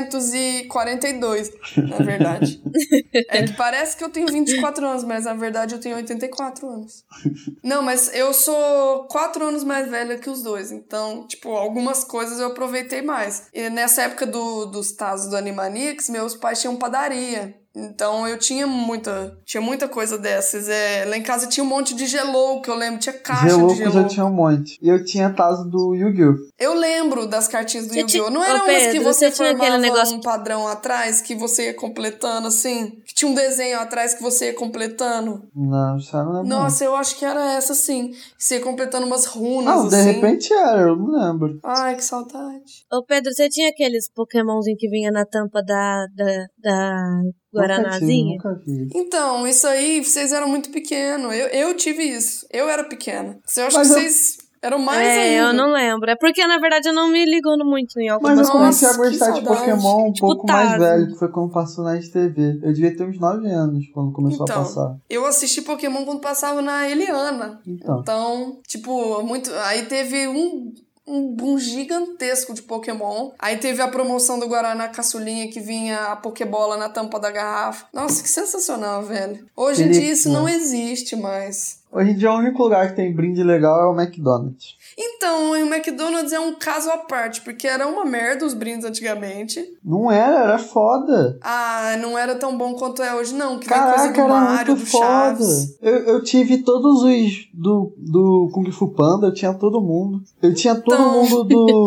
1942, na verdade. É que parece que eu tenho 24 anos, mas na verdade eu tenho 84 anos. Não, mas eu sou 4 anos mais velha que os dois. Então, tipo, algumas coisas eu aproveitei mais. E nessa época dos tazos do Animaniacs, meus pais tinham padaria. Então eu tinha muita coisa dessas. Lá em casa tinha um monte de Gelouco, eu lembro, tinha caixa de Gelouco. Eu tinha um monte. E eu tinha tazo do Yu-Gi-Oh! Eu lembro das cartinhas do Yu-Gi-Oh! Não eram Pedro, umas que você tinha formava aquele negócio... um padrão atrás, que você ia completando, assim? Que tinha um desenho atrás que você ia completando? Não, isso eu não lembro. Nossa, eu acho que era essa, sim. Você ia completando umas runas, não, assim. De repente era, eu não lembro. Ai, que saudade. Ô, Pedro, você tinha aqueles Pokémonzinhos que vinha na tampa da Guaranazinha? Nunca vi. Então, isso aí, vocês eram muito pequenos. Eu tive isso. Eu era pequena. Eu acho que vocês eram mais ainda. Eu não lembro. É porque, na verdade, eu não me ligando muito em algumas coisas. Mas eu coisas. comecei a gostar de Pokémon um pouco mais Tazo. velho, que foi quando passou na TV. Eu devia ter uns 9 anos quando começou a passar. Eu assisti Pokémon quando passava na Eliana. Então tipo, muito... Aí teve um um gigantesco de Pokémon. Aí teve a promoção do Guaraná Caçulinha que vinha a Pokébola na tampa da garrafa. Nossa, que sensacional, velho. Hoje em dia isso não existe mais. Hoje em dia o único lugar que tem brinde legal é o McDonald's. Então, o McDonald's é um caso à parte, porque era uma merda os brindes antigamente. Não era foda. Ah, não era tão bom quanto é hoje, não. Que Caraca, vem coisa do Mario, do foda. Chaves. Eu tive todos os do Kung Fu Panda, eu tinha todo mundo. Eu tinha todo mundo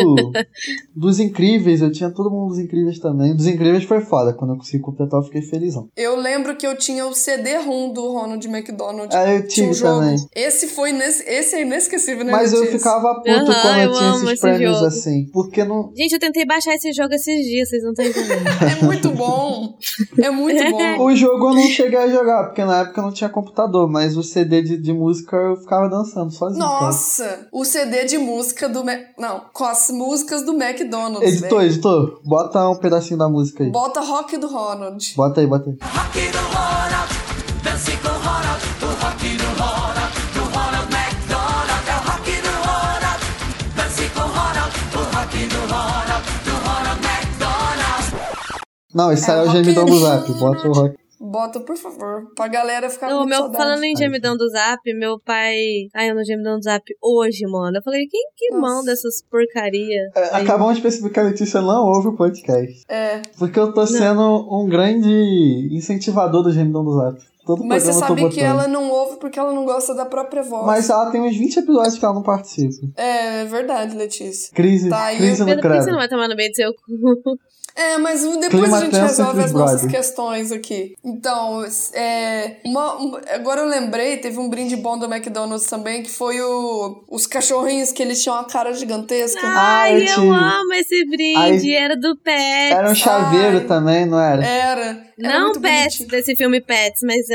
dos Incríveis, eu tinha todo mundo dos Incríveis também. Dos Incríveis foi foda, quando eu consegui completar eu fiquei felizão. Eu lembro que eu tinha o CD-ROM do Ronald McDonald. Eu tive um jogo. também. Esse é inesquecível, né? Mas eu ficava puto quando eu tinha esses prêmios jogo. assim. Porque não... Gente, eu tentei baixar esse jogo esses dias, vocês não estão entendendo. É muito bom. É muito bom. O jogo eu não cheguei a jogar, porque na época eu não tinha computador, mas o CD de música eu ficava dançando sozinho. Nossa, cara. O CD de música do... Não, com as músicas do McDonald's, Editor, bota um pedacinho da música aí. Bota Rock do Ronald. Bota aí. Rock do Ronald, dance com Ronald, o rock do Ronald, do Ronald McDonald, é o rock do Ronald, dance com Ronald, o rock do Ronald, do Ronald McDonald. Não, esse aí é o gemidão do Zap, bota o rock. Bota, por favor, pra galera ficar Não, com saudade. falando em gemidão do Zap, meu pai... eu no gemidão do Zap hoje, mano. Eu falei, quem que manda essas porcaria? Acabamos de perceber que a Letícia não ouve o podcast. Porque eu tô sendo um grande incentivador do gemidão do Zap. Mas você sabe que ela não ouve porque ela não gosta da própria voz. Mas ela tem uns 20 episódios que ela não participa. É verdade, Letícia. Crise tá, no credo. Por que você não vai tomar no meio do seu cu? Mas depois a gente resolve as nossas questões aqui. Então, agora eu lembrei, teve um brinde bom do McDonald's também, que foi os cachorrinhos que eles tinham uma cara gigantesca. Ai, eu amo esse brinde, era do Pets. Era um chaveiro também, não era? Era não Pets, bonitinho. Desse filme Pets, mas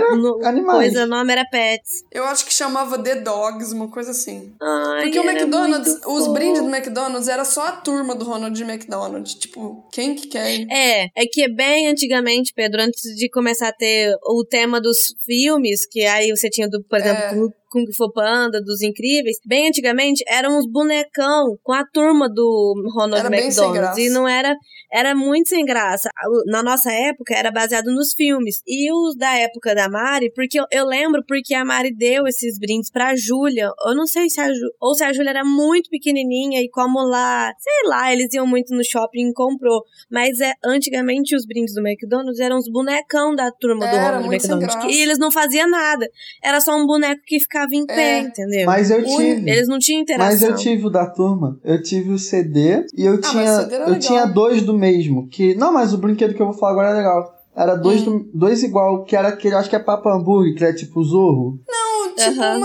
o nome era Pets. Eu acho que chamava The Dogs, uma coisa assim. Ai, porque o McDonald's, os brindes do McDonald's era só a turma do Ronald McDonald, tipo... Quem que quer? É que bem antigamente, Pedro, antes de começar a ter o tema dos filmes, que aí você tinha, por exemplo, Kung Fu Panda, dos Incríveis, bem antigamente eram uns bonecão com a turma do Ronald McDonald. E não era muito sem graça. Na nossa época era baseado nos filmes. E os da época da Mari, porque eu lembro porque a Mari deu esses brindes pra Júlia. Eu não sei se a Júlia era muito pequenininha e como lá, sei lá, eles iam muito no shopping e comprou. Mas antigamente os brindes do McDonald's eram os bonecão da turma do Ronald McDonald. E eles não faziam nada. Era só um boneco que ficava em pé, entendeu? Mas eu tive. Eles não tinham interação. Mas eu tive o da turma. Eu tive o CD e eu tinha dois do mesmo. Não, mas o brinquedo que eu vou falar agora é legal. Era dois igual, que era aquele, acho que é Papa Hambúrguer, que é tipo Zorro. Não,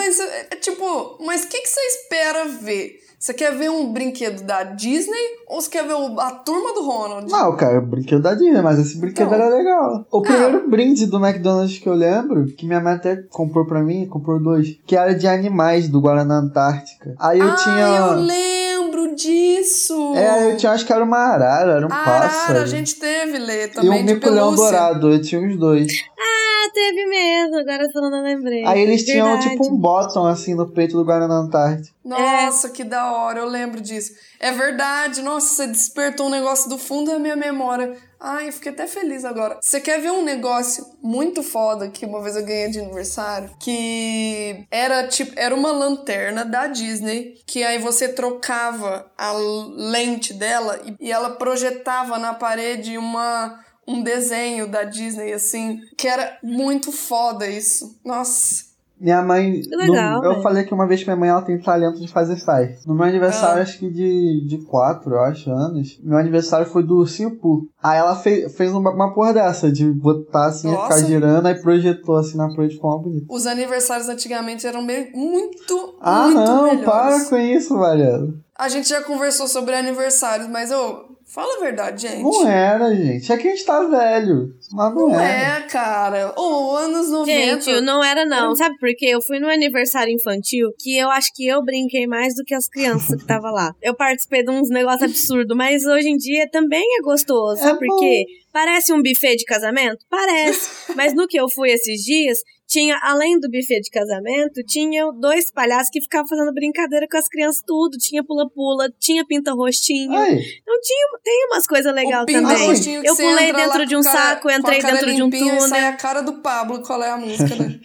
tipo, mas o que você espera ver? Você quer ver um brinquedo da Disney ou você quer ver a turma do Ronald? Não, cara, o brinquedo da Disney, mas esse brinquedo era legal. O primeiro brinde do McDonald's que eu lembro, que minha mãe até comprou pra mim, comprou 2, que era de animais do Guaraná Antártica. Aí eu tinha... eu lembro disso! Eu tinha, acho que era uma arara, era um pássaro. Arara, a gente teve, Lê, também, e um mico-leão dourado, eu tinha os 2. Teve mesmo, agora falando eu lembrei. Aí eles tinham tipo um bottom assim no peito do Guaraná Antártica. Nossa, que da hora, eu lembro disso. É verdade, nossa, você despertou um negócio do fundo da minha memória. Ai, eu fiquei até feliz agora. Você quer ver um negócio muito foda que uma vez eu ganhei de aniversário? Que era uma lanterna da Disney, que aí você trocava a lente dela e ela projetava na parede um desenho da Disney, assim, que era muito foda isso. Nossa. Minha mãe... Legal, eu falei que uma vez que minha mãe ela tem talento de fazer festa. No meu aniversário, acho que de 4, eu acho, anos, meu aniversário foi do Ursinho Pooh. Aí ela fez uma porra dessa, de botar assim, ficar girando, aí projetou assim na parede, ficou uma bonita. Os aniversários antigamente eram muito não, melhores. Para com isso, Mariana. A gente já conversou sobre aniversários, mas fala a verdade, gente. Não era, gente. É que a gente tá velho. Mas não é, cara. Anos 90. Gente, não era não. Sabe por quê? Eu fui no aniversário infantil que eu acho que eu brinquei mais do que as crianças que estavam lá. Eu participei de uns negócios absurdos, mas hoje em dia também é gostoso. Sabe por quê? Parece um buffet de casamento? Parece. Mas no que eu fui esses dias, tinha, além do buffet de casamento, tinha 2 palhaços que ficavam fazendo brincadeira com as crianças, tudo. Tinha pula-pula, tinha pinta-rostinho. Ai, Então tem umas coisas legais também. pinta-rostinho que Eu você pulei entra lá dentro com de um saco, entrei com a cara dentro de um limpinha e sai túnel. a cara do Pablo, qual é a música, né?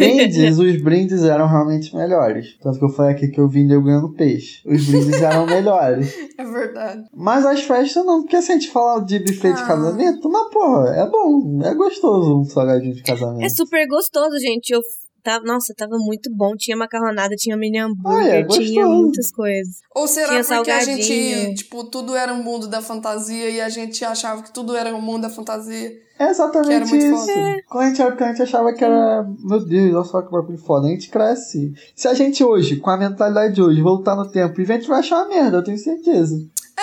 os brindes eram realmente melhores. Tanto que eu falei aqui que eu vi nego ganhando peixe. Os brindes eram melhores. É verdade. Mas as festas não, porque se a gente falar de buffet de casamento, mas porra, é bom, é gostoso um salgadinho de casamento. É super gostoso, gente. Nossa, tava muito bom. Tinha macarronada, tinha mini hambúrguer, tinha muitas coisas. Ou será tinha porque a salgadinho. gente, tipo, tudo era um mundo da fantasia e a gente achava que tudo era um mundo da fantasia? É exatamente Que era muito isso. foda. Quando a gente era pequeno, a gente achava que era... Meu Deus, olha só que bagulho foda. A gente cresce. Se a gente hoje, com a mentalidade de hoje, voltar no tempo e ver, a gente vai achar uma merda, eu tenho certeza.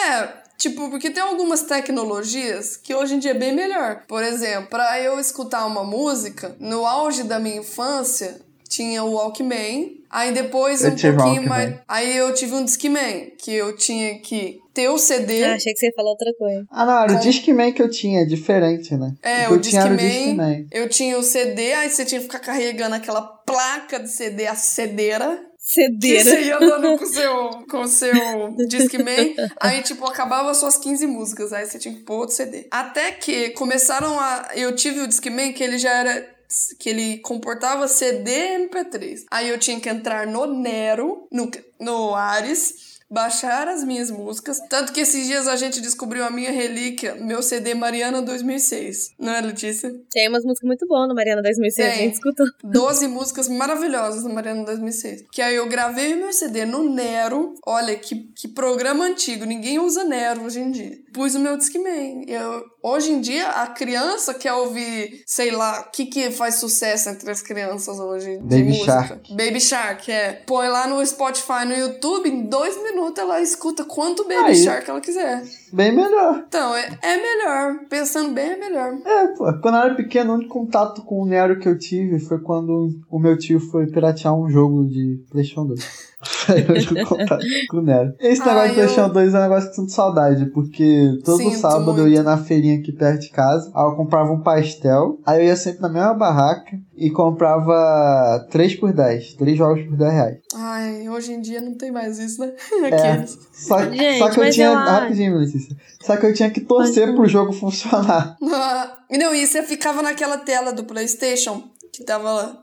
Tipo, porque tem algumas tecnologias que hoje em dia é bem melhor. Por exemplo, pra eu escutar uma música, no auge da minha infância, tinha o Walkman. Aí depois, um pouquinho mais... Aí eu tive um Discman, que eu tinha que ter o CD. Achei que você ia falar outra coisa. Ah, não, era o Discman que eu tinha, é diferente, né? O Discman, eu tinha o CD, aí você tinha que ficar carregando aquela placa de CD, a cedeira. Que você ia andando com o seu Discman, aí, tipo, acabava as suas 15 músicas, aí você tinha que pôr outro CD. Até que começaram a... Eu tive o Discman que ele já era... que ele comportava CD e MP3. Aí eu tinha que entrar no Nero, no Ares, baixar as minhas músicas. Tanto que esses dias a gente descobriu a minha relíquia, meu CD Mariana 2006. Não é, Letícia? Tem umas músicas muito boas no Mariana 2006, a gente escutou. 12 músicas maravilhosas no Mariana 2006. Que aí eu gravei o meu CD no Nero. Olha, que programa antigo. Ninguém usa Nero hoje em dia. Pus o meu Discman. Hoje em dia, a criança quer ouvir, sei lá, o que faz sucesso entre as crianças hoje de Baby música. Shark. Baby Shark, Põe lá no Spotify, no YouTube, em 2 minutos ela escuta quanto Baby Shark ela quiser. Bem melhor. Então, é melhor. Pensando bem, é melhor. Pô, quando eu era pequeno, o único contato com o Nero que eu tive foi quando o meu tio foi piratear um jogo de PlayStation 2. Aí eu tive contato com o Nero. Esse negócio de PlayStation 2 é um negócio que eu sinto saudade, porque todo sábado eu ia na feirinha aqui perto de casa, aí eu comprava um pastel, aí eu ia sempre na mesma barraca e comprava 3 por 10, 3 jogos por 10 reais. Ai, hoje em dia não tem mais isso, né? Só que eu tinha... Rapidinho, Letícia. Só que eu tinha que torcer pro jogo funcionar. Não, e você ficava naquela tela do PlayStation que tava lá.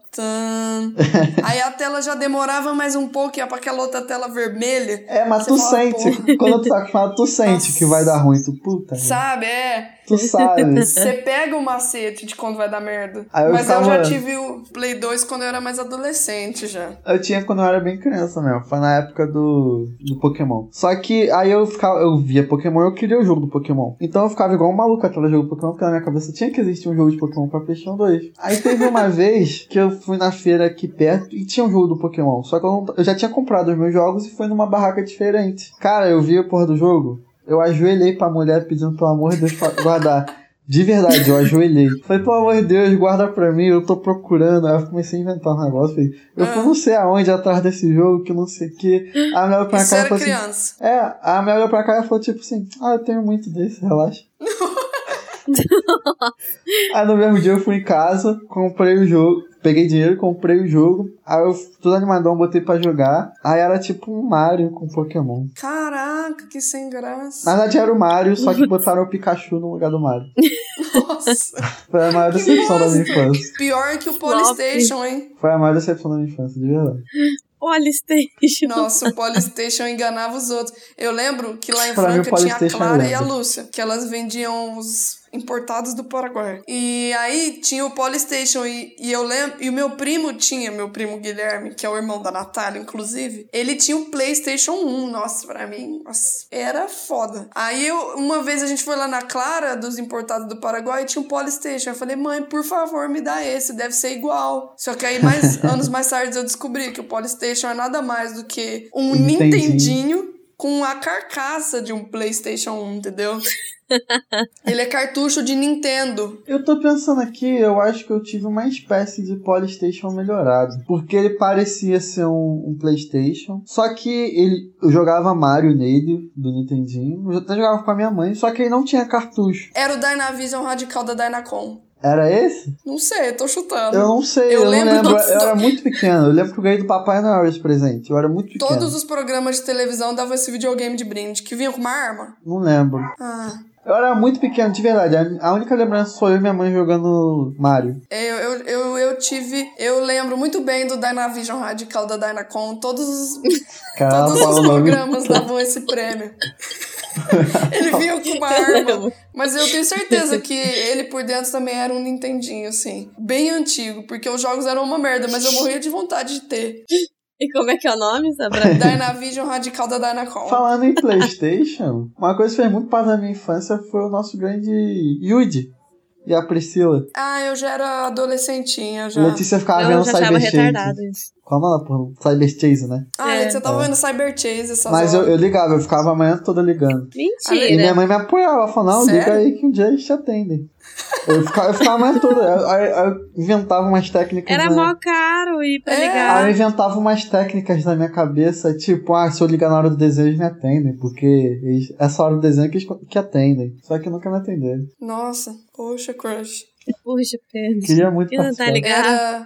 Aí a tela já demorava mais um pouco, ia pra aquela outra tela vermelha. Mas tu sente. Quando tu tá acostumado, tu sente que vai dar ruim. Tu, puta. Sabe, Tu sabe. Você pega o macete de quando vai dar merda. Eu já tive o Play 2 quando eu era mais adolescente já. Eu tinha quando eu era bem criança mesmo. Foi na época do Pokémon. Só que aí eu via Pokémon e eu queria o jogo do Pokémon. Então eu ficava igual um maluco atrás do jogo do Pokémon, porque na minha cabeça tinha que existir um jogo de Pokémon pra PlayStation 2. Aí teve uma vez que eu fui na feira aqui perto e tinha um jogo do Pokémon. Só que eu já tinha comprado os meus jogos e foi numa barraca diferente. Cara, eu vi a porra do jogo, eu ajoelhei pra mulher pedindo pelo amor de Deus pra guardar. De verdade, eu ajoelhei. Falei, pelo amor de Deus, guarda pra mim, eu tô procurando. Aí eu comecei a inventar um negócio. Falei, eu fui não sei aonde atrás desse jogo, que não sei o que. A mulher olhou pra cá e falou criança. assim... A mulher olhou pra cá e falou tipo assim, eu tenho muito desse, relaxa. Aí no mesmo dia eu fui em casa, comprei o jogo, peguei dinheiro, comprei o jogo, aí eu tudo animadão, botei pra jogar, aí era tipo um Mario com Pokémon. Caraca, que sem graça. Na verdade era o Mario, só que botaram o Pikachu no lugar do Mario. Nossa. Foi a maior decepção da minha infância. Pior que o Polystation, hein? Foi a maior decepção da minha infância, de verdade. Polystation. Nossa, o Polystation enganava os outros. Eu lembro que lá em Franca tinha a Clara e a Lúcia, que elas vendiam os importados do Paraguai. E aí tinha o Polystation e eu lembro, e o meu primo Guilherme, que é o irmão da Natália, inclusive, ele tinha o PlayStation 1. Nossa, pra mim, era foda. Aí uma vez a gente foi lá na Clara dos importados do Paraguai e tinha um Polystation. Eu falei, mãe, por favor, me dá esse, deve ser igual. Só que aí anos mais tarde eu descobri que o Polystation é nada mais do que um Nintendinho com a carcaça de um PlayStation 1, entendeu? Ele é cartucho de Nintendo. Eu tô pensando aqui, eu acho que eu tive uma espécie de Polystation melhorado. Porque ele parecia ser um PlayStation. Só que eu jogava Mario nele, do Nintendinho. Eu até jogava com a minha mãe, só que ele não tinha cartucho. Era o Dynavision radical da Dynacon. Era esse? Não sei, tô chutando. Eu não sei, eu não lembro lembro. Eu era muito pequeno. Eu lembro que eu ganhei do Papai Noel esse presente. Eu era muito pequeno. Todos os programas de televisão davam esse videogame de brinde, que vinha com uma arma. Não lembro. Ah... Eu era muito pequeno, de verdade. A única lembrança sou eu e minha mãe jogando Mario. Eu lembro muito bem do Dynavision Radical da Dynacon. Todos os Caramba, programas davam esse prêmio. Ele vinha com uma arma. Mas eu tenho certeza que ele por dentro também era um Nintendinho, assim. Bem antigo, porque os jogos eram uma merda, mas eu morria de vontade de ter. E como é que é o nome, Sabrina? Dynavision Radical da Dynacon. Falando em PlayStation, uma coisa que fez muito parte da minha infância foi o nosso grande Yuji e a Priscila. Ah, eu já era adolescentinha, já. Letícia ficava vendo Cyber Chase. Qual é o Cyber Chase, né? Ah, Letícia tava vendo Cyber Chase essas Mas horas. eu ligava, eu ficava a manhã toda ligando. Mentira. E minha mãe me apoiava, ela falou, não, Sério? liga aí que um dia eles te atendem. Eu ficava a manhã toda, eu inventava umas técnicas. Era mó caro ir pra ligar. Aí eu inventava umas técnicas na minha cabeça, tipo, se eu ligar na hora do desenho eles me atendem, porque essa hora do desenho que eles que atendem. Só que nunca me atenderam. Nossa, poxa, crush. Puxa, Pedro. Queria muito não tá ligado?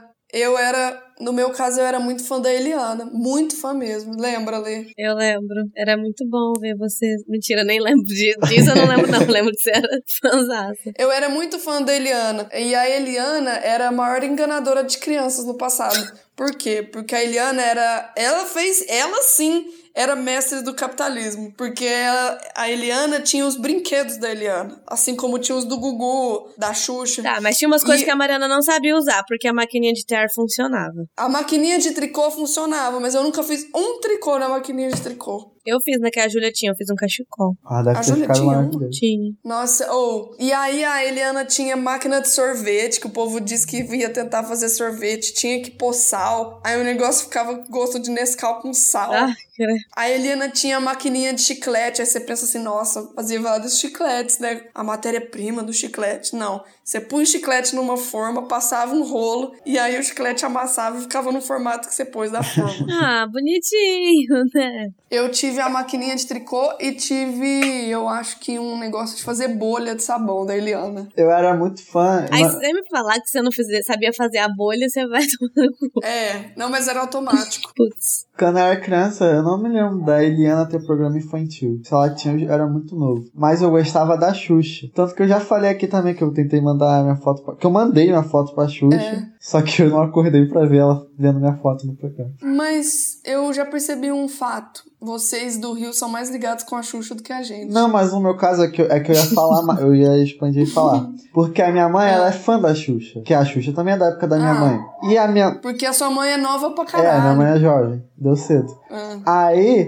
No meu caso, eu era muito fã da Eliana. Muito fã mesmo. Lembra, Lê? Eu lembro. Era muito bom ver você. Mentira, nem lembro disso. Eu não lembro, não. Lembro que você era fãzaça. Eu era muito fã da Eliana. E a Eliana era a maior enganadora de crianças no passado. Por quê? Porque a Eliana era... Ela sim era mestre do capitalismo. Porque a Eliana tinha os brinquedos da Eliana. Assim como tinha os do Gugu, da Xuxa. Tá, mas tinha umas coisas que a Mariana não sabia usar, porque a maquininha de tear funcionava. A maquininha de tricô funcionava, mas eu nunca fiz um tricô na maquininha de tricô. Eu fiz, né, que a Júlia tinha. Eu fiz um cachecol. Deve A ter Júlia ficado tinha maravilhoso. Tinha. Nossa, e aí a Eliana tinha máquina de sorvete, que o povo disse que ia tentar fazer sorvete, tinha que pôr sal, aí o negócio ficava com gosto de Nescau com sal. A Eliana tinha maquininha de chiclete, aí você pensa assim, nossa, fazia vários chicletes, né? A matéria-prima do chiclete. Não, você punha o chiclete numa forma, passava um rolo, e aí o chiclete amassava e ficava no formato que você pôs da forma. Bonitinho, né? Eu tive a maquininha de tricô e tive, eu acho que um negócio de fazer bolha de sabão da Eliana. Eu era muito fã. Aí se você me falar que você não sabia fazer a bolha, você vai tomar no cu. Não, mas era automático. Putz. Quando eu era criança, eu não me lembro da Eliana ter programa infantil. Se ela tinha, eu era muito novo. Mas eu gostava da Xuxa. Tanto que eu já falei aqui também que eu tentei mandar minha foto que eu mandei minha foto pra Xuxa. Só que eu não acordei pra ver ela vendo minha foto no programa. Mas eu já percebi um fato. Vocês do Rio são mais ligados com a Xuxa do que a gente. Não, mas no meu caso é que eu ia falar, eu ia expandir e falar. Porque a minha mãe, ela é fã da Xuxa. Que a Xuxa também é da época da minha mãe. E a minha... Porque a sua mãe é nova pra caralho. Minha mãe é jovem. Deu cedo. Aí...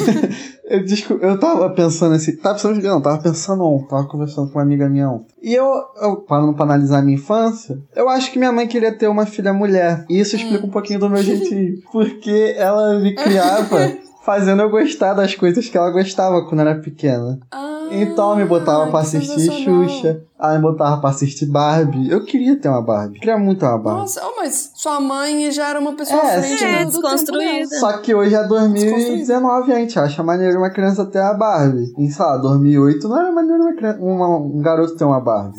eu tava pensando assim... Tava pensando ontem. Tava conversando com uma amiga minha ontem. E eu parando pra analisar a minha infância, eu acho que minha mãe queria ter uma filha mulher. E isso explica um pouquinho do meu jeitinho. Porque ela me criava... fazendo eu gostar das coisas que ela gostava quando eu era pequena. Então ela me botava pra assistir Xuxa, ela me botava pra assistir Barbie. Eu queria ter uma Barbie, queria muito ter uma Barbie. Nossa, mas sua mãe já era uma pessoa à frente do desconstruída. Só que hoje é 2019 a gente acha maneiro uma criança ter a Barbie. Em, sei lá, 2008 não era maneiro um garoto ter uma Barbie.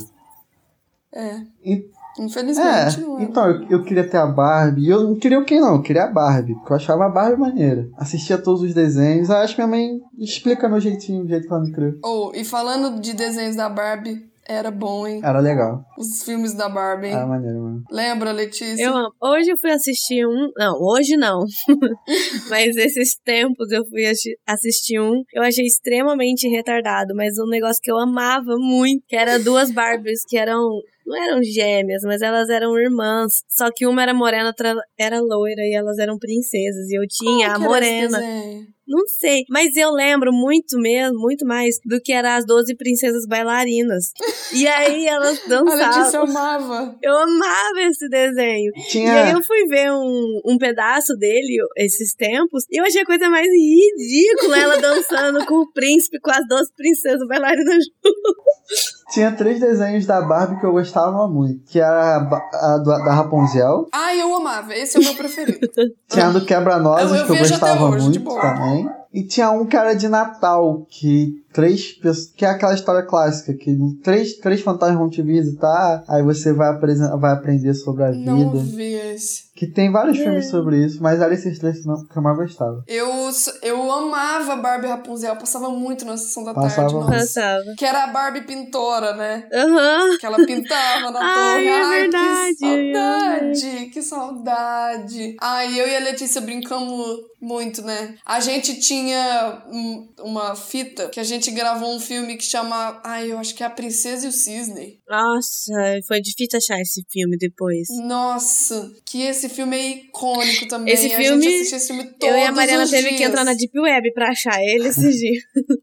Infelizmente, não é. Então, eu queria ter a Barbie. E eu não queria o quê, não? Eu queria a Barbie. Porque eu achava a Barbie maneira. Assistia todos os desenhos. Eu acho que minha mãe explica meu jeitinho, o jeito que ela me criou. E falando de desenhos da Barbie, era bom, hein? Era legal. Os filmes da Barbie, hein? Era maneiro, mano. Lembra, Letícia? Eu amo. Hoje eu fui assistir um... Não, hoje não. Mas esses tempos eu fui assistir um. Eu achei extremamente retardado. Mas um negócio que eu amava muito. Que era duas Barbies que eram... Não eram gêmeas, mas elas eram irmãs. Só que uma era morena, outra era loira. E elas eram princesas. E eu tinha a morena. Não sei, mas eu lembro muito mais do que eram as 12 princesas bailarinas. E aí elas dançavam. A Letícia amava. Eu amava esse desenho. E aí eu fui ver um pedaço dele esses tempos e eu achei a coisa mais ridícula ela dançando com o príncipe, com as 12 princesas bailarinas juntas. Tinha 3 desenhos da Barbie que eu gostava muito. Que era a da Rapunzel. Eu amava. Esse é o meu preferido. Tinha a do Quebra-Nozes, que eu gostava muito também. E tinha um cara de Natal, que é aquela história clássica, que três fantasmas vão te visitar, aí você vai aprender sobre a vida. Não vi esse. Que tem vários filmes sobre isso, mas era esses três que eu mais gostava. Eu amava Barbie Rapunzel, passava muito na sessão da tarde. Passava. Que era a Barbie pintora, né? Aham. Que ela pintava na torre. É verdade. Que saudade. Ai, eu e a Letícia brincamos muito, né? A gente tinha uma fita que a gente gravou um filme que chama... eu acho que é A Princesa e o Cisne. Nossa, foi difícil achar esse filme depois. Nossa, que esse filme é icônico também. Esse filme, a gente assistia esse filme todos os dias. Eu e a Mariana teve que entrar na Deep Web pra achar ele esses dias.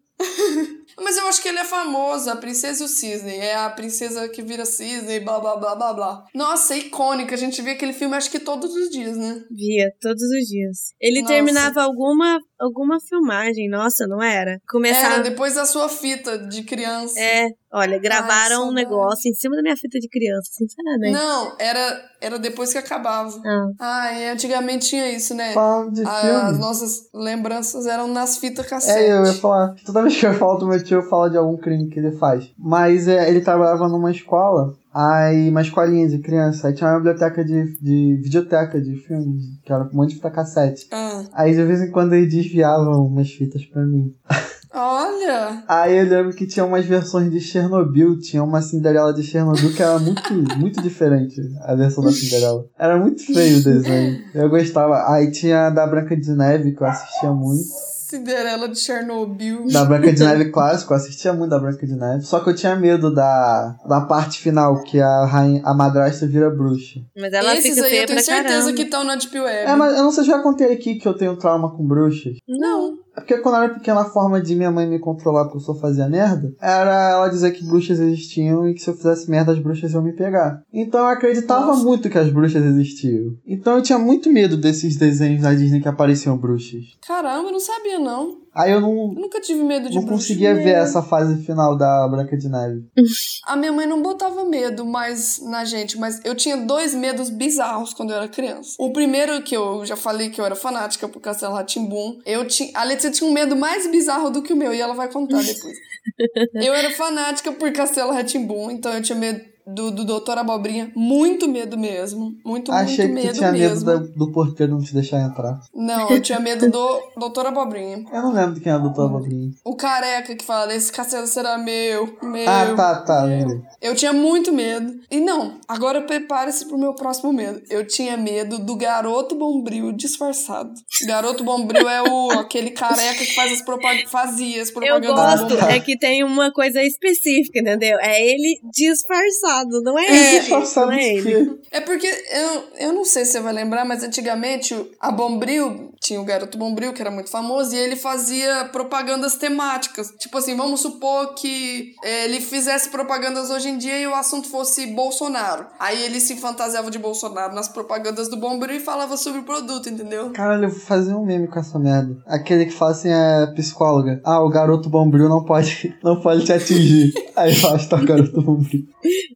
Mas eu acho que ele é famoso, A Princesa e o Cisne. É a princesa que vira cisne, blá, blá, blá, blá, blá. Nossa, é icônica. A gente via aquele filme acho que todos os dias, né? Via, todos os dias. Ele terminava alguma filmagem, nossa, não era? Era depois da sua fita de criança. Olha, gravaram um negócio em cima da minha fita de criança, sinceramente. Não, era depois que acabava. Antigamente tinha isso, né? Falando de filme. As nossas lembranças eram nas fitas cassete. Eu ia falar. Toda vez que eu falo do meu tio, eu falo de algum crime que ele faz. Mas ele trabalhava numa escola, uma escolinha de criança. Aí tinha uma biblioteca de videoteca de filmes, que era um monte de fita cassete. Aí de vez em quando ele desviava umas fitas pra mim. Olha! Aí eu lembro que tinha umas versões de Chernobyl, tinha uma Cinderela de Chernobyl que era muito, muito diferente, a versão da Cinderela. Era muito feio o desenho. Eu gostava. Aí tinha da Branca de Neve, que eu assistia muito. Cinderela de Chernobyl. Da Branca de Neve clássico, eu assistia muito da Branca de Neve. Só que eu tinha medo da parte final, que a madrasta vira bruxa. Mas ela Esses fica aí feia eu tenho pra certeza caramba. que estão na Deep Web. Mas eu não sei se eu já contei aqui que eu tenho trauma com bruxas. Não. É porque quando eu era pequena, a forma de minha mãe me controlar porque eu só fazia merda, era ela dizer que bruxas existiam e que se eu fizesse merda, as bruxas iam me pegar. Então eu acreditava muito que as bruxas existiam. Então eu tinha muito medo desses desenhos da Disney que apareciam bruxas. Caramba, eu não sabia, não. Aí eu nunca tive medo de não bruxa. conseguia ver essa fase final da Branca de Neve. A minha mãe não botava medo mais na gente, mas eu tinha 2 medos bizarros quando eu era criança. O primeiro, que eu já falei que eu era fanática por Castelo Rá-Tim-Bum, a Letícia tinha um medo mais bizarro do que o meu, e ela vai contar depois. Eu era fanática por Castelo Rá-Tim-Bum, então eu tinha medo do Doutor Abobrinha, muito medo mesmo. Achei muito medo mesmo. Achei que tu tinha medo do porteiro não te deixar entrar. Não, eu tinha medo do Doutor Abobrinha. Eu não lembro de quem é o Doutor Abobrinha. O careca que fala, esse castelo será meu. Tá. Meu. Eu tinha muito medo. E não, agora prepare-se pro meu próximo medo. Eu tinha medo do Garoto Bombril disfarçado. Garoto Bombril é aquele careca que fazia as propagandas. Eu gosto, é que tem uma coisa específica, entendeu? É ele disfarçado. Não é ele. Não é ele. É porque, eu não sei se você vai lembrar, mas antigamente a Bombril, tinha o Garoto Bombril, que era muito famoso, e ele fazia propagandas temáticas. Tipo assim, vamos supor que ele fizesse propagandas hoje em dia e o assunto fosse Bolsonaro. Aí ele se fantasiava de Bolsonaro nas propagandas do Bombril e falava sobre o produto, entendeu? Caralho, eu vou fazer um meme com essa merda. Aquele que fala assim, psicóloga. O Garoto Bombril não pode te atingir. Aí basta o Garoto Bombril.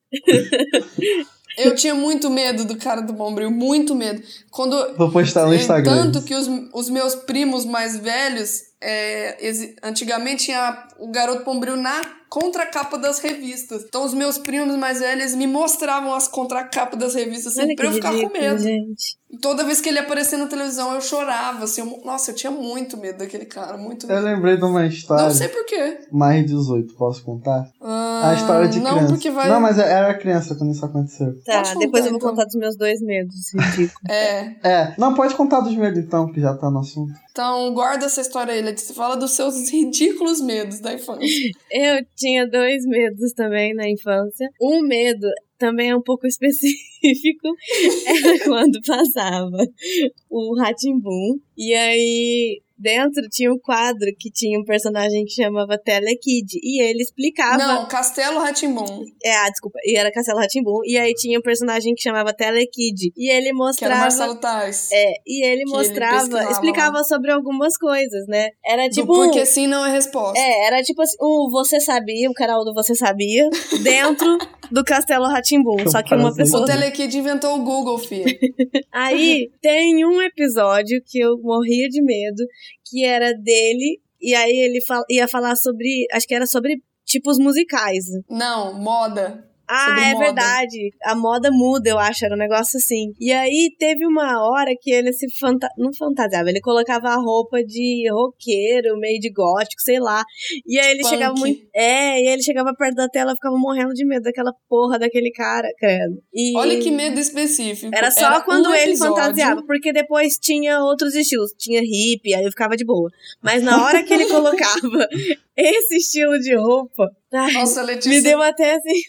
Eu tinha muito medo do cara do Bombril, muito medo. Vou postar no Instagram. Tanto que os meus primos mais velhos, antigamente tinha o Garoto Bombril na contracapa das revistas. Então os meus primos mais velhos me mostravam as contracapas das revistas assim, pra eu ficar com medo. Gente. Toda vez que ele aparecia na televisão, eu chorava. Assim, nossa, eu tinha muito medo daquele cara, muito medo. Eu lembrei de uma história. Não sei por quê. Mais 18, posso contar? A história de criança. Porque vai... Não, mas era criança quando isso aconteceu. Tá, Pode depois contar, eu vou contar dos meus 2 medos ridículos. Não, pode contar dos medos então, que já tá no assunto. Então, guarda essa história aí, Letícia. Fala dos seus ridículos medos da infância. Eu tinha 2 medos também na infância. Um medo também é um pouco específico. Era quando passava o Rá-Tim-Bum. E aí, dentro tinha um quadro que tinha um personagem que chamava Telekid. E ele explicava... Não, Castelo Rá-Tim-Bum. Desculpa. E era Castelo Rá-Tim-Bum. E aí tinha um personagem que chamava Telekid. E ele mostrava... Que era Marcelo Tais. E ele mostrava... Explicava sobre algumas coisas, né? Era tipo... Porque sim não é resposta. Era tipo assim, Você Sabia, o canal do Você Sabia, dentro do Castelo Rá-Tim-Bum. Só que uma pessoa... O Telekid inventou o Google, filho. Aí, tem um episódio que eu morria de medo, que era dele, e aí ele ia falar sobre, acho que era sobre tipos musicais. Não, moda. Ah, é moda. verdade. A moda muda, eu acho, era um negócio assim. E aí teve uma hora que ele se não fantasiava, ele colocava a roupa de roqueiro, meio de gótico, sei lá. E aí ele Punk. chegava muito. E aí ele chegava perto da tela e ficava morrendo de medo daquela porra daquele cara, credo. E Olha que medo específico. era só quando ele episódio. fantasiava, porque depois tinha outros estilos. Tinha hippie, aí eu ficava de boa. Mas na hora que ele colocava esse estilo de roupa, Nossa, Letícia. me deu até assim.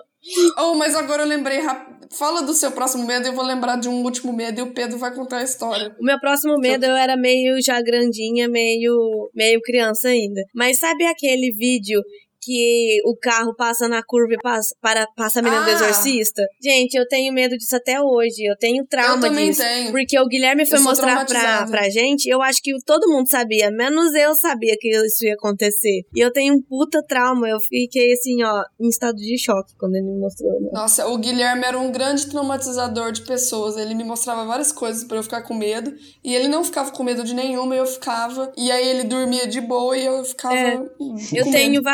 Oh, mas agora eu lembrei. Fala do seu próximo medo, eu vou lembrar de um último medo e o Pedro vai contar a história. O meu próximo medo, eu era meio já grandinha, meio criança ainda. Mas sabe aquele vídeo que o carro passa na curva e passa a menina do exorcista? Gente, eu tenho medo disso até hoje. Eu tenho trauma Eu também disso. tenho. Porque o Guilherme foi mostrar traumatizada. pra gente, eu acho que todo mundo sabia, menos eu sabia que isso ia acontecer. E eu tenho um puta trauma. Eu fiquei assim, ó, em estado de choque quando ele me mostrou. Né? Nossa, o Guilherme era um grande traumatizador de pessoas. Ele me mostrava várias coisas pra eu ficar com medo. E ele não ficava com medo de nenhuma, eu ficava. E aí ele dormia de boa e eu ficava Eu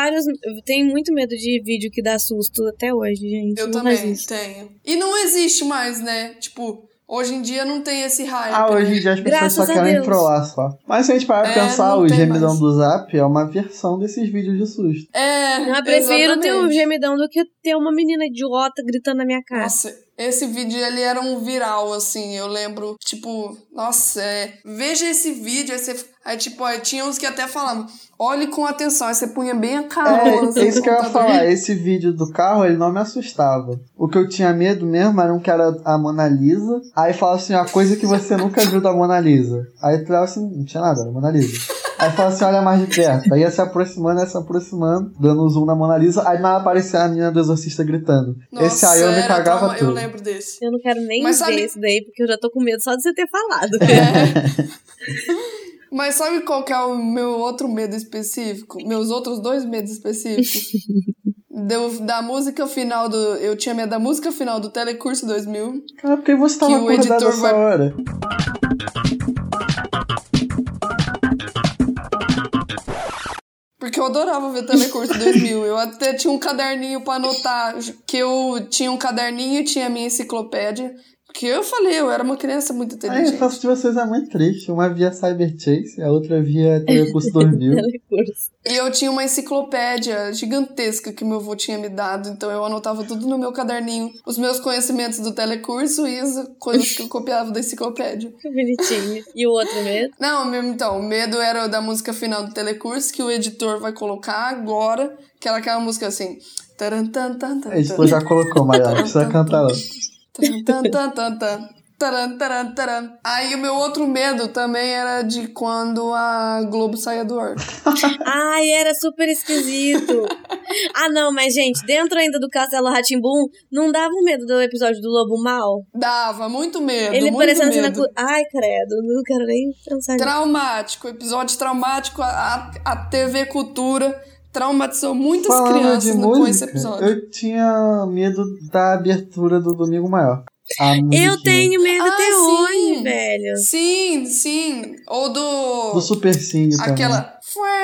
tenho muito medo de vídeo que dá susto até hoje, gente. Eu não também resisto. tenho. E não existe mais, né? Tipo, hoje em dia não tem esse hype. Hoje em né? dia as pessoas Graças só a querem Deus. trollar só. Mas se a gente parar pra pensar, não o tem gemidão mais. do Zap é uma versão desses vídeos de susto. Eu prefiro ter um exatamente. gemidão do que ter uma menina idiota gritando na minha cara. Nossa, esse vídeo, ele era um viral, assim, eu lembro, tipo, nossa, veja esse vídeo, aí tinha uns que até falavam, olhe com atenção, aí você punha bem a cara. É isso que eu ia falar, esse vídeo do carro, ele não me assustava. O que eu tinha medo mesmo era um que era a Mona Lisa, aí falava assim, a coisa que você nunca viu da Mona Lisa. Aí tu falava assim, não tinha nada, era a Mona Lisa. Aí falava assim, olha mais de perto. Aí ia se aproximando, dando zoom na Mona Lisa, aí nada aparecia a menina do exorcista gritando. Nossa, esse aí eu me cagava tudo. Eu lembro desse. Eu não quero nem Mas ver sabe- esse daí, porque eu já tô com medo só de você ter falado. Mas sabe qual que é o meu outro medo específico? Meus outros 2 medos específicos? Da música final do... Eu tinha medo da música final do Telecurso 2000. Cara, por que você tava Que o acordado editor essa vai- hora? Porque eu adorava ver Telecurso 2000. Eu até tinha um caderninho pra anotar. Que eu tinha um caderninho e tinha a minha enciclopédia. Porque eu falei, eu era uma criança muito A inteligente. infância de vocês é muito triste. Uma via Cyber Chase, a outra via Telecurso 2000. Telecurso. E eu tinha uma enciclopédia gigantesca que meu avô tinha me dado. Então eu anotava tudo no meu caderninho. Os meus conhecimentos do Telecurso e as coisas que eu copiava da enciclopédia. Que bonitinho. E o outro medo? Não, então, o medo era da música final do Telecurso, que o editor vai colocar agora. Que era aquela música assim... taran, tan, tan, tan, A editor já colocou, Mariana, não precisa cantar não. Taran, tan, tan, tan, tan. Taran, taran, taran. Aí o meu outro medo também era de quando a Globo saía do ar. Ai, era super esquisito. Ah, não, mas, gente, dentro ainda do Castelo Rá-Tim-Bum, não dava um medo do episódio do Lobo Mal? Dava muito medo, Ele muito parecendo assim na... medo. Ai, credo, não quero nem pensar nisso. Traumático, episódio traumático. A TV Cultura traumatizou muitas Falando crianças de com esse música, episódio. eu tinha medo da abertura do Domingo Maior. A Eu musiquinha. tenho medo até sim. hoje, velho. Sim, sim. Ou Do Super Cine também. aquela...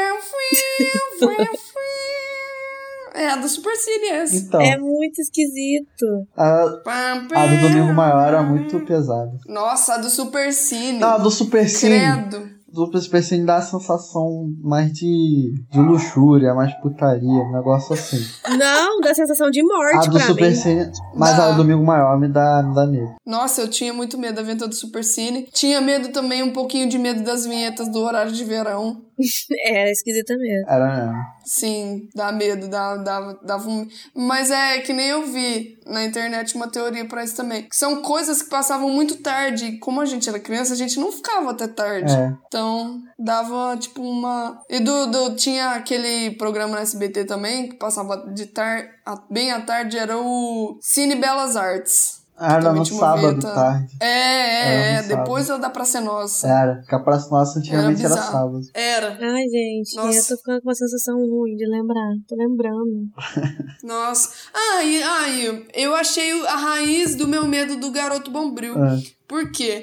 É, a do Super Cine, essa. Então, É muito esquisito. a do Domingo Maior era muito pesada. Nossa, a do Super Cine. Não, a do Super Cine. Credo. Do Super Cine dá a sensação mais de luxúria, mais putaria, um negócio assim. Não, dá sensação de A morte do pra Super mim. Cine, mas Dá. a do Domingo Maior me dá medo. Nossa, eu tinha muito medo da vinheta do Super Cine. Tinha medo também, um pouquinho de medo das vinhetas do horário de verão. Era esquisita mesmo. Era mesmo. Sim, dá medo, dava um... Mas é que nem eu vi na internet uma teoria pra isso também. Que são coisas que passavam muito tarde. E como a gente era criança, a gente não ficava até tarde. É. Então, dava tipo uma... E tinha aquele programa na SBT também, que passava bem à tarde, era o Cine Belas Artes. Era Também no tinha uma sábado vinheta. tarde. É, no depois da Praça Nossa. Era, porque a Praça Nossa antigamente era bizarro. sábado. Era. Ai, gente, Nossa. eu tô ficando com uma sensação ruim de lembrar. Tô lembrando. Nossa. Eu achei a raiz do meu medo do Garoto Bombril. É. Por quê?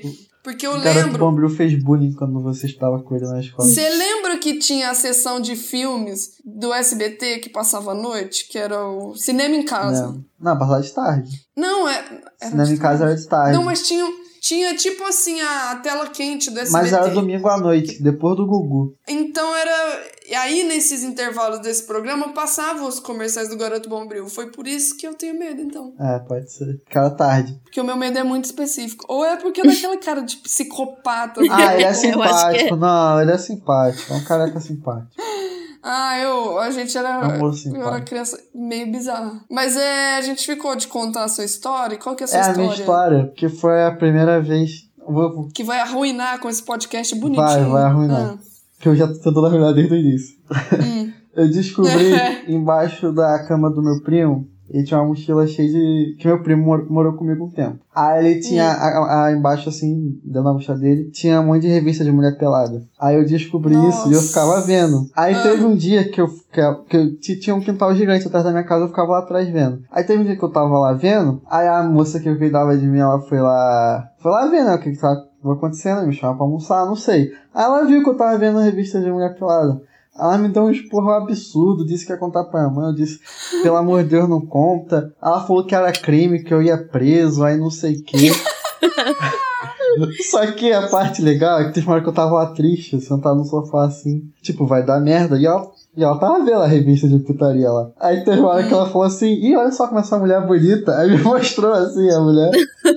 Porque eu O Garoto lembro... Bombril fez bullying quando você estava com ele na escola. Você lembra que tinha a sessão de filmes do SBT que passava à noite? Que era o Cinema em Casa. Não, passava de tarde. Não, era Cinema de em Casa era de tarde. Não, mas tinha tipo assim a tela quente do SBT. Mas era domingo à noite, depois do Gugu. Então era... E aí, nesses intervalos desse programa, passavam os comerciais do Garoto Bombril. Foi por isso que eu tenho medo, então. Pode ser. Aquela tarde. Porque o meu medo é muito específico. Ou é porque é daquela cara de psicopata. Ele é Eu acho que simpático. Não, ele é simpático. É um careca simpático. A gente era... Amor Eu simpático. era criança meio bizarra. Mas a gente ficou de contar a sua história. Qual que é a sua A história? minha história, porque foi a primeira vez... Que vai arruinar com esse podcast bonitinho. Vai arruinar. Que eu já tô tentando arruinar desde o início. Eu descobri embaixo da cama do meu primo, ele tinha uma mochila cheia de... Que meu primo morou comigo um tempo. Aí ele tinha, embaixo assim, dentro da mochila dele, tinha um monte de revista de mulher pelada. Aí eu descobri isso e eu ficava vendo. Aí teve um dia que eu tinha um quintal gigante atrás da minha casa, eu ficava lá atrás vendo. Aí teve um dia que eu tava lá vendo, aí a moça que cuidava de mim, ela foi lá ver, né, o que tava acontecendo, me chamava pra almoçar, não sei. Aí ela viu que eu tava vendo a revista de mulher pelada. Ela me deu um esporro absurdo, disse que ia contar pra minha mãe, eu disse, pelo amor de Deus, não conta. Ela falou que era crime, que eu ia preso, aí não sei o quê. Só que a parte legal é que teve uma hora que eu tava lá triste, sentado no sofá assim, tipo, vai dar merda, e ela tava vendo a revista de putaria lá. Aí teve uma hora que ela falou assim, ih, olha só como essa mulher é bonita. Aí me mostrou assim a mulher.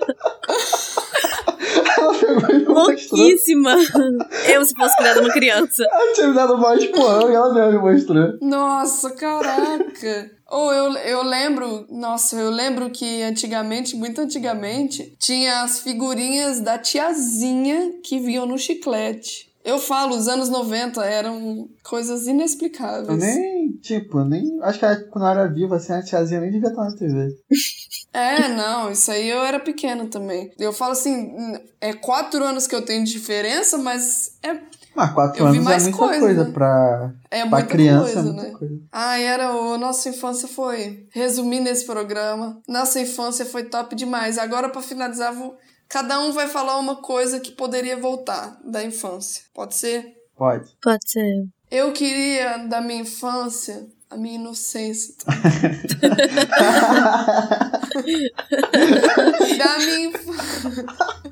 Ela pegou e me mostrou. Louquíssima! Eu, se fosse cuidar de uma criança. Ela tinha me dado mal esporrão e ela mesmo me mostrou. Nossa, caraca! Eu lembro que antigamente, muito antigamente, tinha as figurinhas da tiazinha que vinham no chiclete. Eu falo, os anos 90 eram coisas inexplicáveis. Eu nem... Acho que quando eu era viva, assim, a tiazinha nem devia estar na TV. Não, isso aí eu era pequena também. Eu falo assim, 4 anos que eu tenho de diferença, mas 4 eu vi anos mais é muita coisa, né? pra Muita criança, coisa, é muita né? coisa. Nossa infância foi... Resumindo esse programa, nossa infância foi top demais. Agora, pra finalizar, cada um vai falar uma coisa que poderia voltar da infância. Pode ser? Pode. Pode ser. Eu queria, da minha infância, a minha inocência. Da minha infância.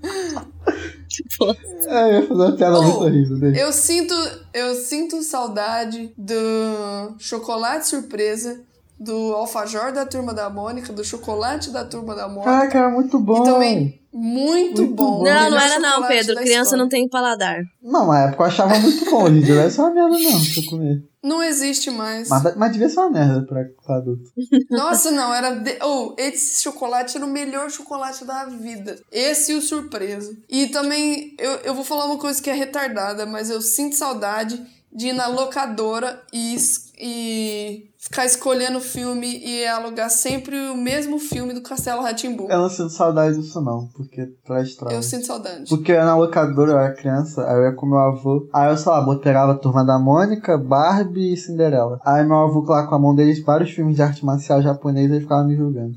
Eu ia fazer uma piada muito horrível, né? Eu sinto saudade do chocolate surpresa, do alfajor da Turma da Mônica, do chocolate da Turma da Mônica. Caraca, era muito bom. E também muito bom. Não era não, Pedro. Criança não tem paladar. Não, na época eu achava muito bom. Hoje deve ser uma merda não, se eu comer. Não existe mais. Mas devia ser uma merda pra adulto. Nossa, não, esse chocolate era o melhor chocolate da vida. Esse e o surpresa. E também, eu vou falar uma coisa que é retardada, mas eu sinto saudade de ir na locadora e ficar escolhendo filme e alugar sempre o mesmo filme do Castelo Rá-Tim-Bum. Eu não sinto saudade disso não, porque traz trauma. Eu sinto saudade. Porque eu ia na locadora, eu era criança, aí eu ia com meu avô. Aí eu, sei lá, pegava a Turma da Mônica, Barbie e Cinderela. Aí meu avô lá com a mão deles, vários filmes de arte marcial japonês, ele ficava me julgando.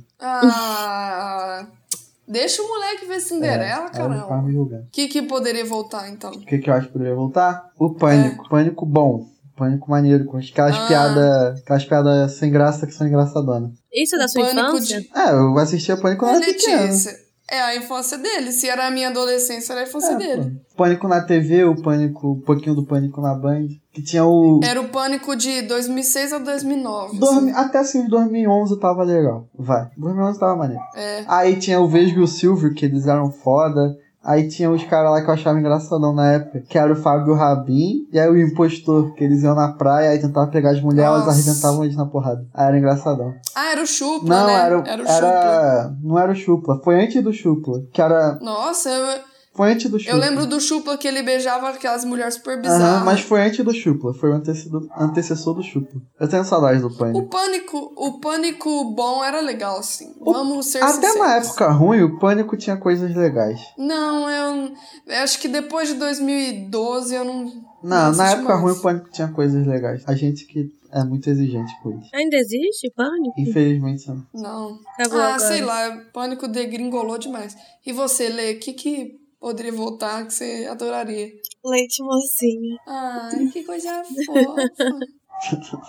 Deixa o moleque ver Cinderela, caramba. Ele ficava me julgando. O que poderia voltar, então? O que eu acho que poderia voltar? O Pânico. Pânico bom. Pânico maneiro, com aquelas piadas sem graça que são engraçadonas. Isso é da sua infância? Eu assistia Pânico quando era pequeno. É a infância dele. Se era a minha adolescência, era a infância dele. Pânico na TV, um pouquinho do Pânico na Band. Que tinha Era o Pânico de 2006 a 2009. Até assim, 2011 tava legal. 2011 tava maneiro. Aí tinha o Vesgo e o Silvio, que eles eram foda. Aí tinha os caras lá que eu achava engraçadão na época, que era o Fábio Rabin, e aí o Impostor, que eles iam na praia, aí tentavam pegar as mulheres, elas arrebentavam eles na porrada. Aí era engraçadão. Era o Chupla, não, né? Era o Chupla. Não era o Chupla, foi antes do Chupla, que era... Nossa, foi antes do Chupla. Eu lembro do Chupla que ele beijava aquelas mulheres super bizarras. Mas foi antes do Chupla, foi o antecessor do Chupla. Eu tenho saudade do Pânico. O Pânico bom era legal, assim. Vamos ser até sinceros. na época ruim, o Pânico tinha coisas legais. Não, eu acho que depois de 2012 eu não... Não, na época ruim o Pânico tinha coisas legais. A gente que é muito exigente com isso. Ainda existe Pânico? Infelizmente, não. Acabou agora. Sei lá, Pânico degringolou demais. E você, Lê, o que poderia voltar, que você adoraria. Leite mocinho. Ai, que coisa fofa.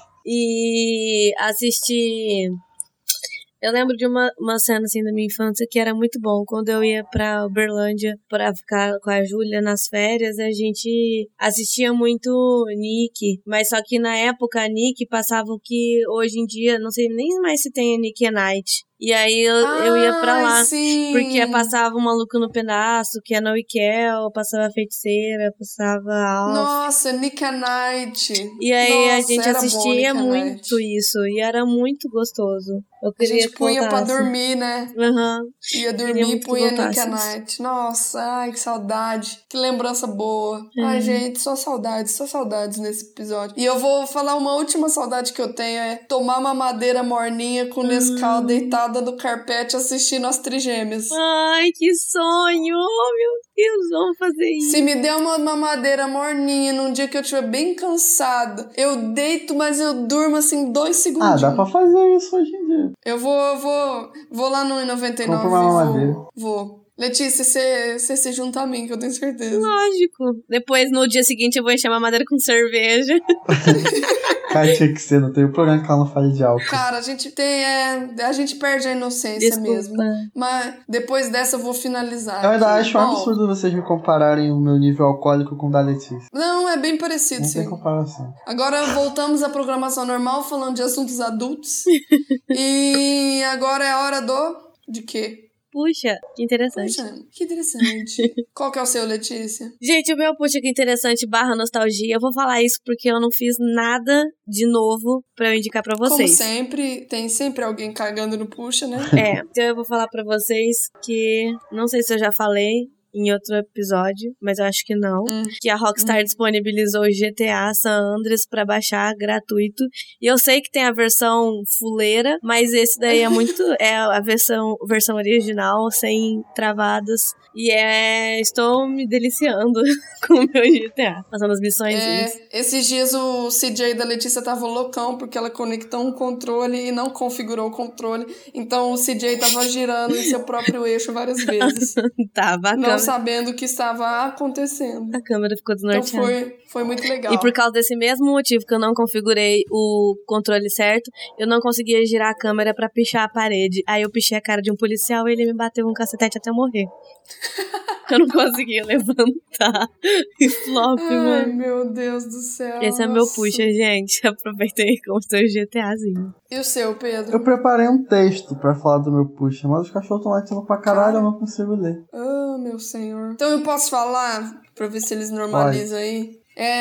E assisti... Eu lembro de uma cena assim da minha infância que era muito bom. Quando eu ia pra Uberlândia pra ficar com a Júlia nas férias, a gente assistia muito Nick. Mas só que na época a Nick passava o que hoje em dia, não sei nem mais se tem a Nick at Night. E aí eu ia pra lá, sim. porque passava o Maluco no Pedaço, que é no Ikel, passava a Feiticeira, passava Alf. Nossa, Nick at Night. E aí Nossa, a gente era bom, assistia Nick at muito Night. isso, e era muito gostoso. Eu A queria gente que punha pra voltasse. dormir, né? Aham. Ia Queria dormir e muito que punha Nick voltasse at isso. Night. Nossa, ai, que saudade. Que lembrança boa. Ai, gente, só saudades nesse episódio. E eu vou falar uma última saudade que eu tenho, é tomar uma madeira morninha com Nescau deitada no carpete assistindo as Trigêmeas. Ai, que sonho! Oh, meu Deus, vamos fazer isso. Se me der uma madeira morninha num dia que eu estiver bem cansada, eu deito, mas eu durmo assim 2 segundos. Dá pra fazer isso hoje em dia. Eu vou lá no 99 Compra uma mamadeira. Vou. Letícia, você se junta a mim, que eu tenho certeza. Lógico. Depois, no dia seguinte, eu vou encher uma madeira com cerveja. Cara, tinha que ser, não tem o problema que ela não fale de álcool. Cara, a gente perde a inocência Desculpa. mesmo. Mas depois dessa eu vou finalizar. Eu ainda aqui. acho um Bom, absurdo vocês me compararem o meu nível alcoólico com o da Letícia. Não, é bem parecido, Não sim. tem comparação. Agora voltamos à programação normal, falando de assuntos adultos. E agora é a hora de quê? Puxa, que interessante. Puxa, que interessante. Qual que é o seu, Letícia? Gente, o meu puxa que interessante / nostalgia. Eu vou falar isso porque eu não fiz nada de novo pra eu indicar pra vocês. Como sempre, tem sempre alguém cagando no puxa, né? Então eu vou falar pra vocês que... Não sei se eu já falei em outro episódio, mas eu acho que não. Que a Rockstar disponibilizou o GTA San Andreas pra baixar gratuito. E eu sei que tem a versão fuleira, mas esse daí é muito... É a versão original, sem travadas. E estou me deliciando com o meu GTA. Fazendo as missões. Esses dias o CJ da Letícia tava loucão porque ela conectou um controle e não configurou o controle. Então o CJ tava girando em seu próprio eixo várias vezes. Tá bacana. Não sabendo o que estava acontecendo. A câmera ficou desnorteada. Então foi muito legal. E por causa desse mesmo motivo que eu não configurei o controle certo, eu não conseguia girar a câmera pra pichar a parede. Aí eu pichei a cara de um policial e ele me bateu um cacetete até morrer. Eu não conseguia levantar. Flop, Ai, mano. meu Deus do céu. Esse é meu puxa, gente. Aproveitei com o seu GTAzinho. E o seu, Pedro? Eu preparei um texto pra falar do meu puxa, mas os cachorros estão latindo pra caralho, eu não consigo ler. Oh, meu senhor. Então eu posso falar pra ver se eles normalizam aí?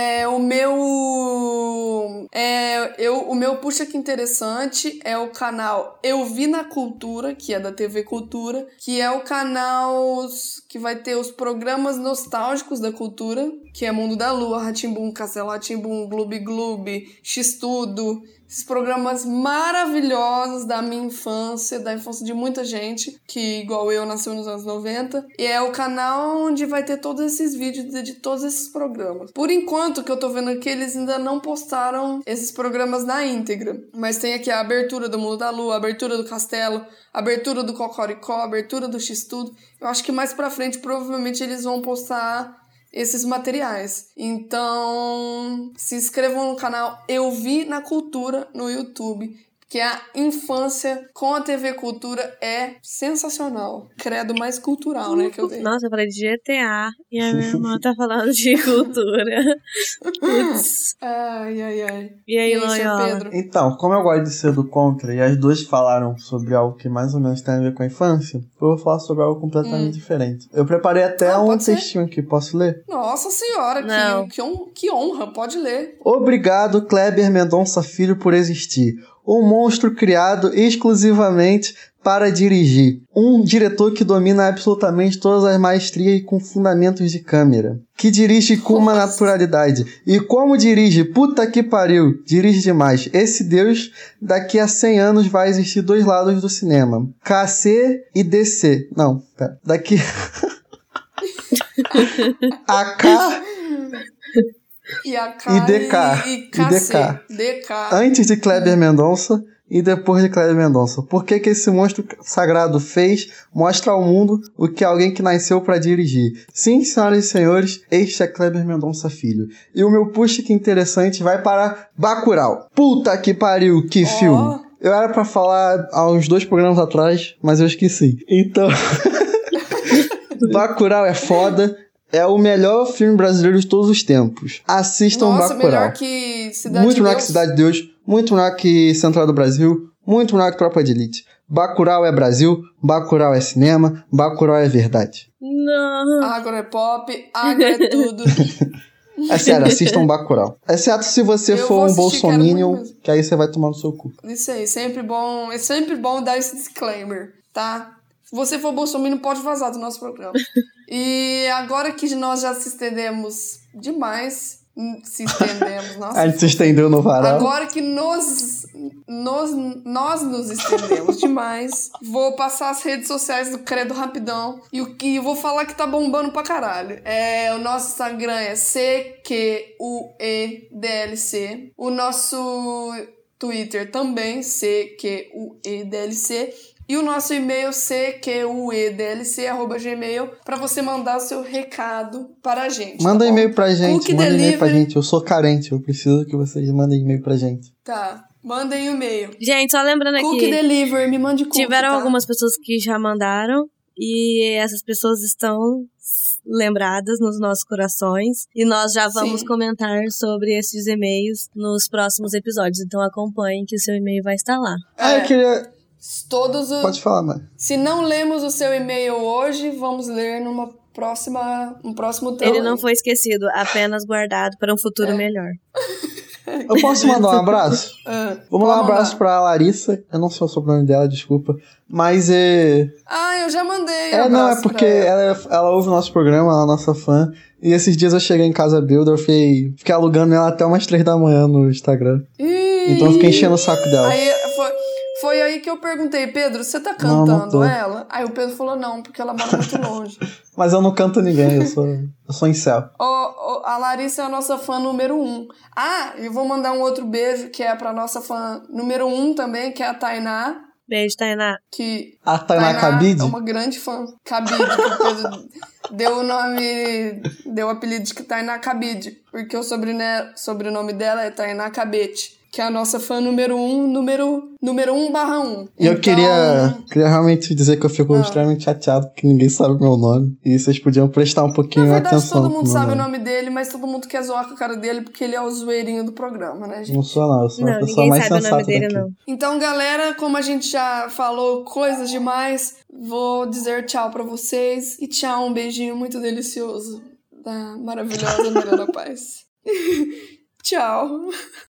O meu puxa que interessante é o canal Eu Vi na Cultura, que é da TV Cultura, que é o canal que vai ter os programas nostálgicos da cultura, que é Mundo da Lua, Rá-Tim-Bum, Castelo Rá-Tim-Bum, Gloob Gloob, X-Tudo, esses programas maravilhosos da minha infância, da infância de muita gente, que igual eu nasceu nos anos 90. E é o canal onde vai ter todos esses vídeos de todos esses programas. Por enquanto, que eu tô vendo aqui, eles ainda não postaram esses programas na íntegra. Mas tem aqui a abertura do Mundo da Lua, a abertura do Castelo, a abertura do Cocoricó, a abertura do X-Tudo. Eu acho que mais pra frente, provavelmente, eles vão postar esses materiais. Então, se inscrevam no canal Eu Vi na Cultura no YouTube, que a infância com a TV Cultura é sensacional. Credo mais cultural, né, que eu tenho. Nossa, eu falei de GTA e a minha irmã tá falando de cultura. Putz. Ai. E aí, seu Loyola? Pedro? Então, como eu gosto de ser do contra, e as duas falaram sobre algo que mais ou menos tem a ver com a infância, eu vou falar sobre algo completamente diferente. Eu preparei até um pode ser. textinho aqui, posso ler? Nossa senhora, Não. que honra, pode ler. Obrigado, Kleber Mendonça Filho, por existir. Um monstro criado exclusivamente para dirigir. Um diretor que domina absolutamente todas as maestrias e com fundamentos de câmera. Que dirige com uma naturalidade. E como dirige? Puta que pariu. Dirige demais. Esse Deus, daqui a 100 anos vai existir 2 lados do cinema. KC e DC. Não, pera. Daqui... AK... E a E DK. e KC. DK. Antes de Kleber Mendonça e depois de Kleber Mendonça. Por que esse monstro sagrado fez? Mostra ao mundo o que alguém que nasceu pra dirigir. Sim, senhoras e senhores, este é Kleber Mendonça Filho. E o meu push que interessante vai para Bacurau. Puta que pariu, que filme. Eu era pra falar há uns 2 programas atrás, mas eu esqueci. Então, Bacurau é foda. É o melhor filme brasileiro de todos os tempos. Assistam Bacurau. Melhor que Cidade muito de melhor Deus. que Cidade de Deus. Muito melhor que Central do Brasil. Muito melhor que Tropa de Elite. Bacurau é Brasil. Bacurau é cinema. Bacurau é verdade. Não. Agora é pop. Agora é tudo. É sério, assistam Bacurau. Exceto se você Eu for vou um assistir, bolsominion, quero muito mesmo. que aí você vai tomar no seu cu. Isso aí, sempre bom. É sempre bom dar esse disclaimer, tá? Se você for bolsominion, pode vazar do nosso programa. E agora que nós já se estendemos demais... nossa. A gente se estendeu no varal. Agora que nós nos estendemos demais, vou passar as redes sociais do Credo rapidão. E o que vou falar que tá bombando pra caralho. O nosso Instagram é CQUEDLC. O nosso Twitter também, CQUEDLC. E o nosso e-mail cquedlc@gmail pra você mandar o seu recado para a gente. Manda tá e-mail pra gente, Cookie manda e-mail pra Delivery. gente. Eu sou carente, eu preciso que vocês mandem e-mail pra gente. Tá, mandem o e-mail. Gente, só lembrando aqui. Cookie Delivery, me mande cookie, Tiveram tá? algumas pessoas que já mandaram. E essas pessoas estão lembradas nos nossos corações. E nós já vamos Sim. comentar sobre esses e-mails nos próximos episódios. Então acompanhem que o seu e-mail vai estar lá. Eu queria... Pode falar, mano. Se não lemos o seu e-mail hoje, vamos ler um próximo tema. Ele não foi esquecido, apenas guardado para um futuro melhor. Eu posso mandar um abraço? Vou mandar um Pode abraço pra Larissa. Eu não sei o sobrenome dela, desculpa. Mas eu já mandei. não, é porque ela ouve o nosso programa, ela é nossa fã. E esses dias eu cheguei em casa builder, eu fiquei alugando ela até umas 3 da manhã no Instagram. Então eu fiquei enchendo o saco dela. Aí foi aí que eu perguntei, Pedro, você tá Não cantando tô. ela? Aí o Pedro falou, não, porque ela mora muito longe. Mas eu não canto ninguém, eu sou incel. A Larissa é a nossa fã número 1. E vou mandar um outro beijo, que é pra nossa fã número 1 também, que é a Tainá. Beijo, Tainá. A Tainá Cabide? É uma grande fã. Cabide, que o Pedro deu o apelido de Tainá Cabide, porque o sobrenome dela é Tainá Cabete, que é a nossa fã número 1, número 1/1. E eu queria realmente dizer que eu fico extremamente chateado porque ninguém sabe o meu nome. E vocês podiam prestar um pouquinho Na verdade, atenção. todo mundo sabe o nome dele, mas todo mundo quer zoar com a cara dele porque ele é o zoeirinho do programa, né, gente? Não sou não, eu sou a pessoa ninguém mais sabe o sensata nome dele, daqui. não. Então, galera, como a gente já falou coisas demais, vou dizer tchau pra vocês. E tchau, um beijinho muito delicioso da maravilhosa Mariana Paz. Tchau.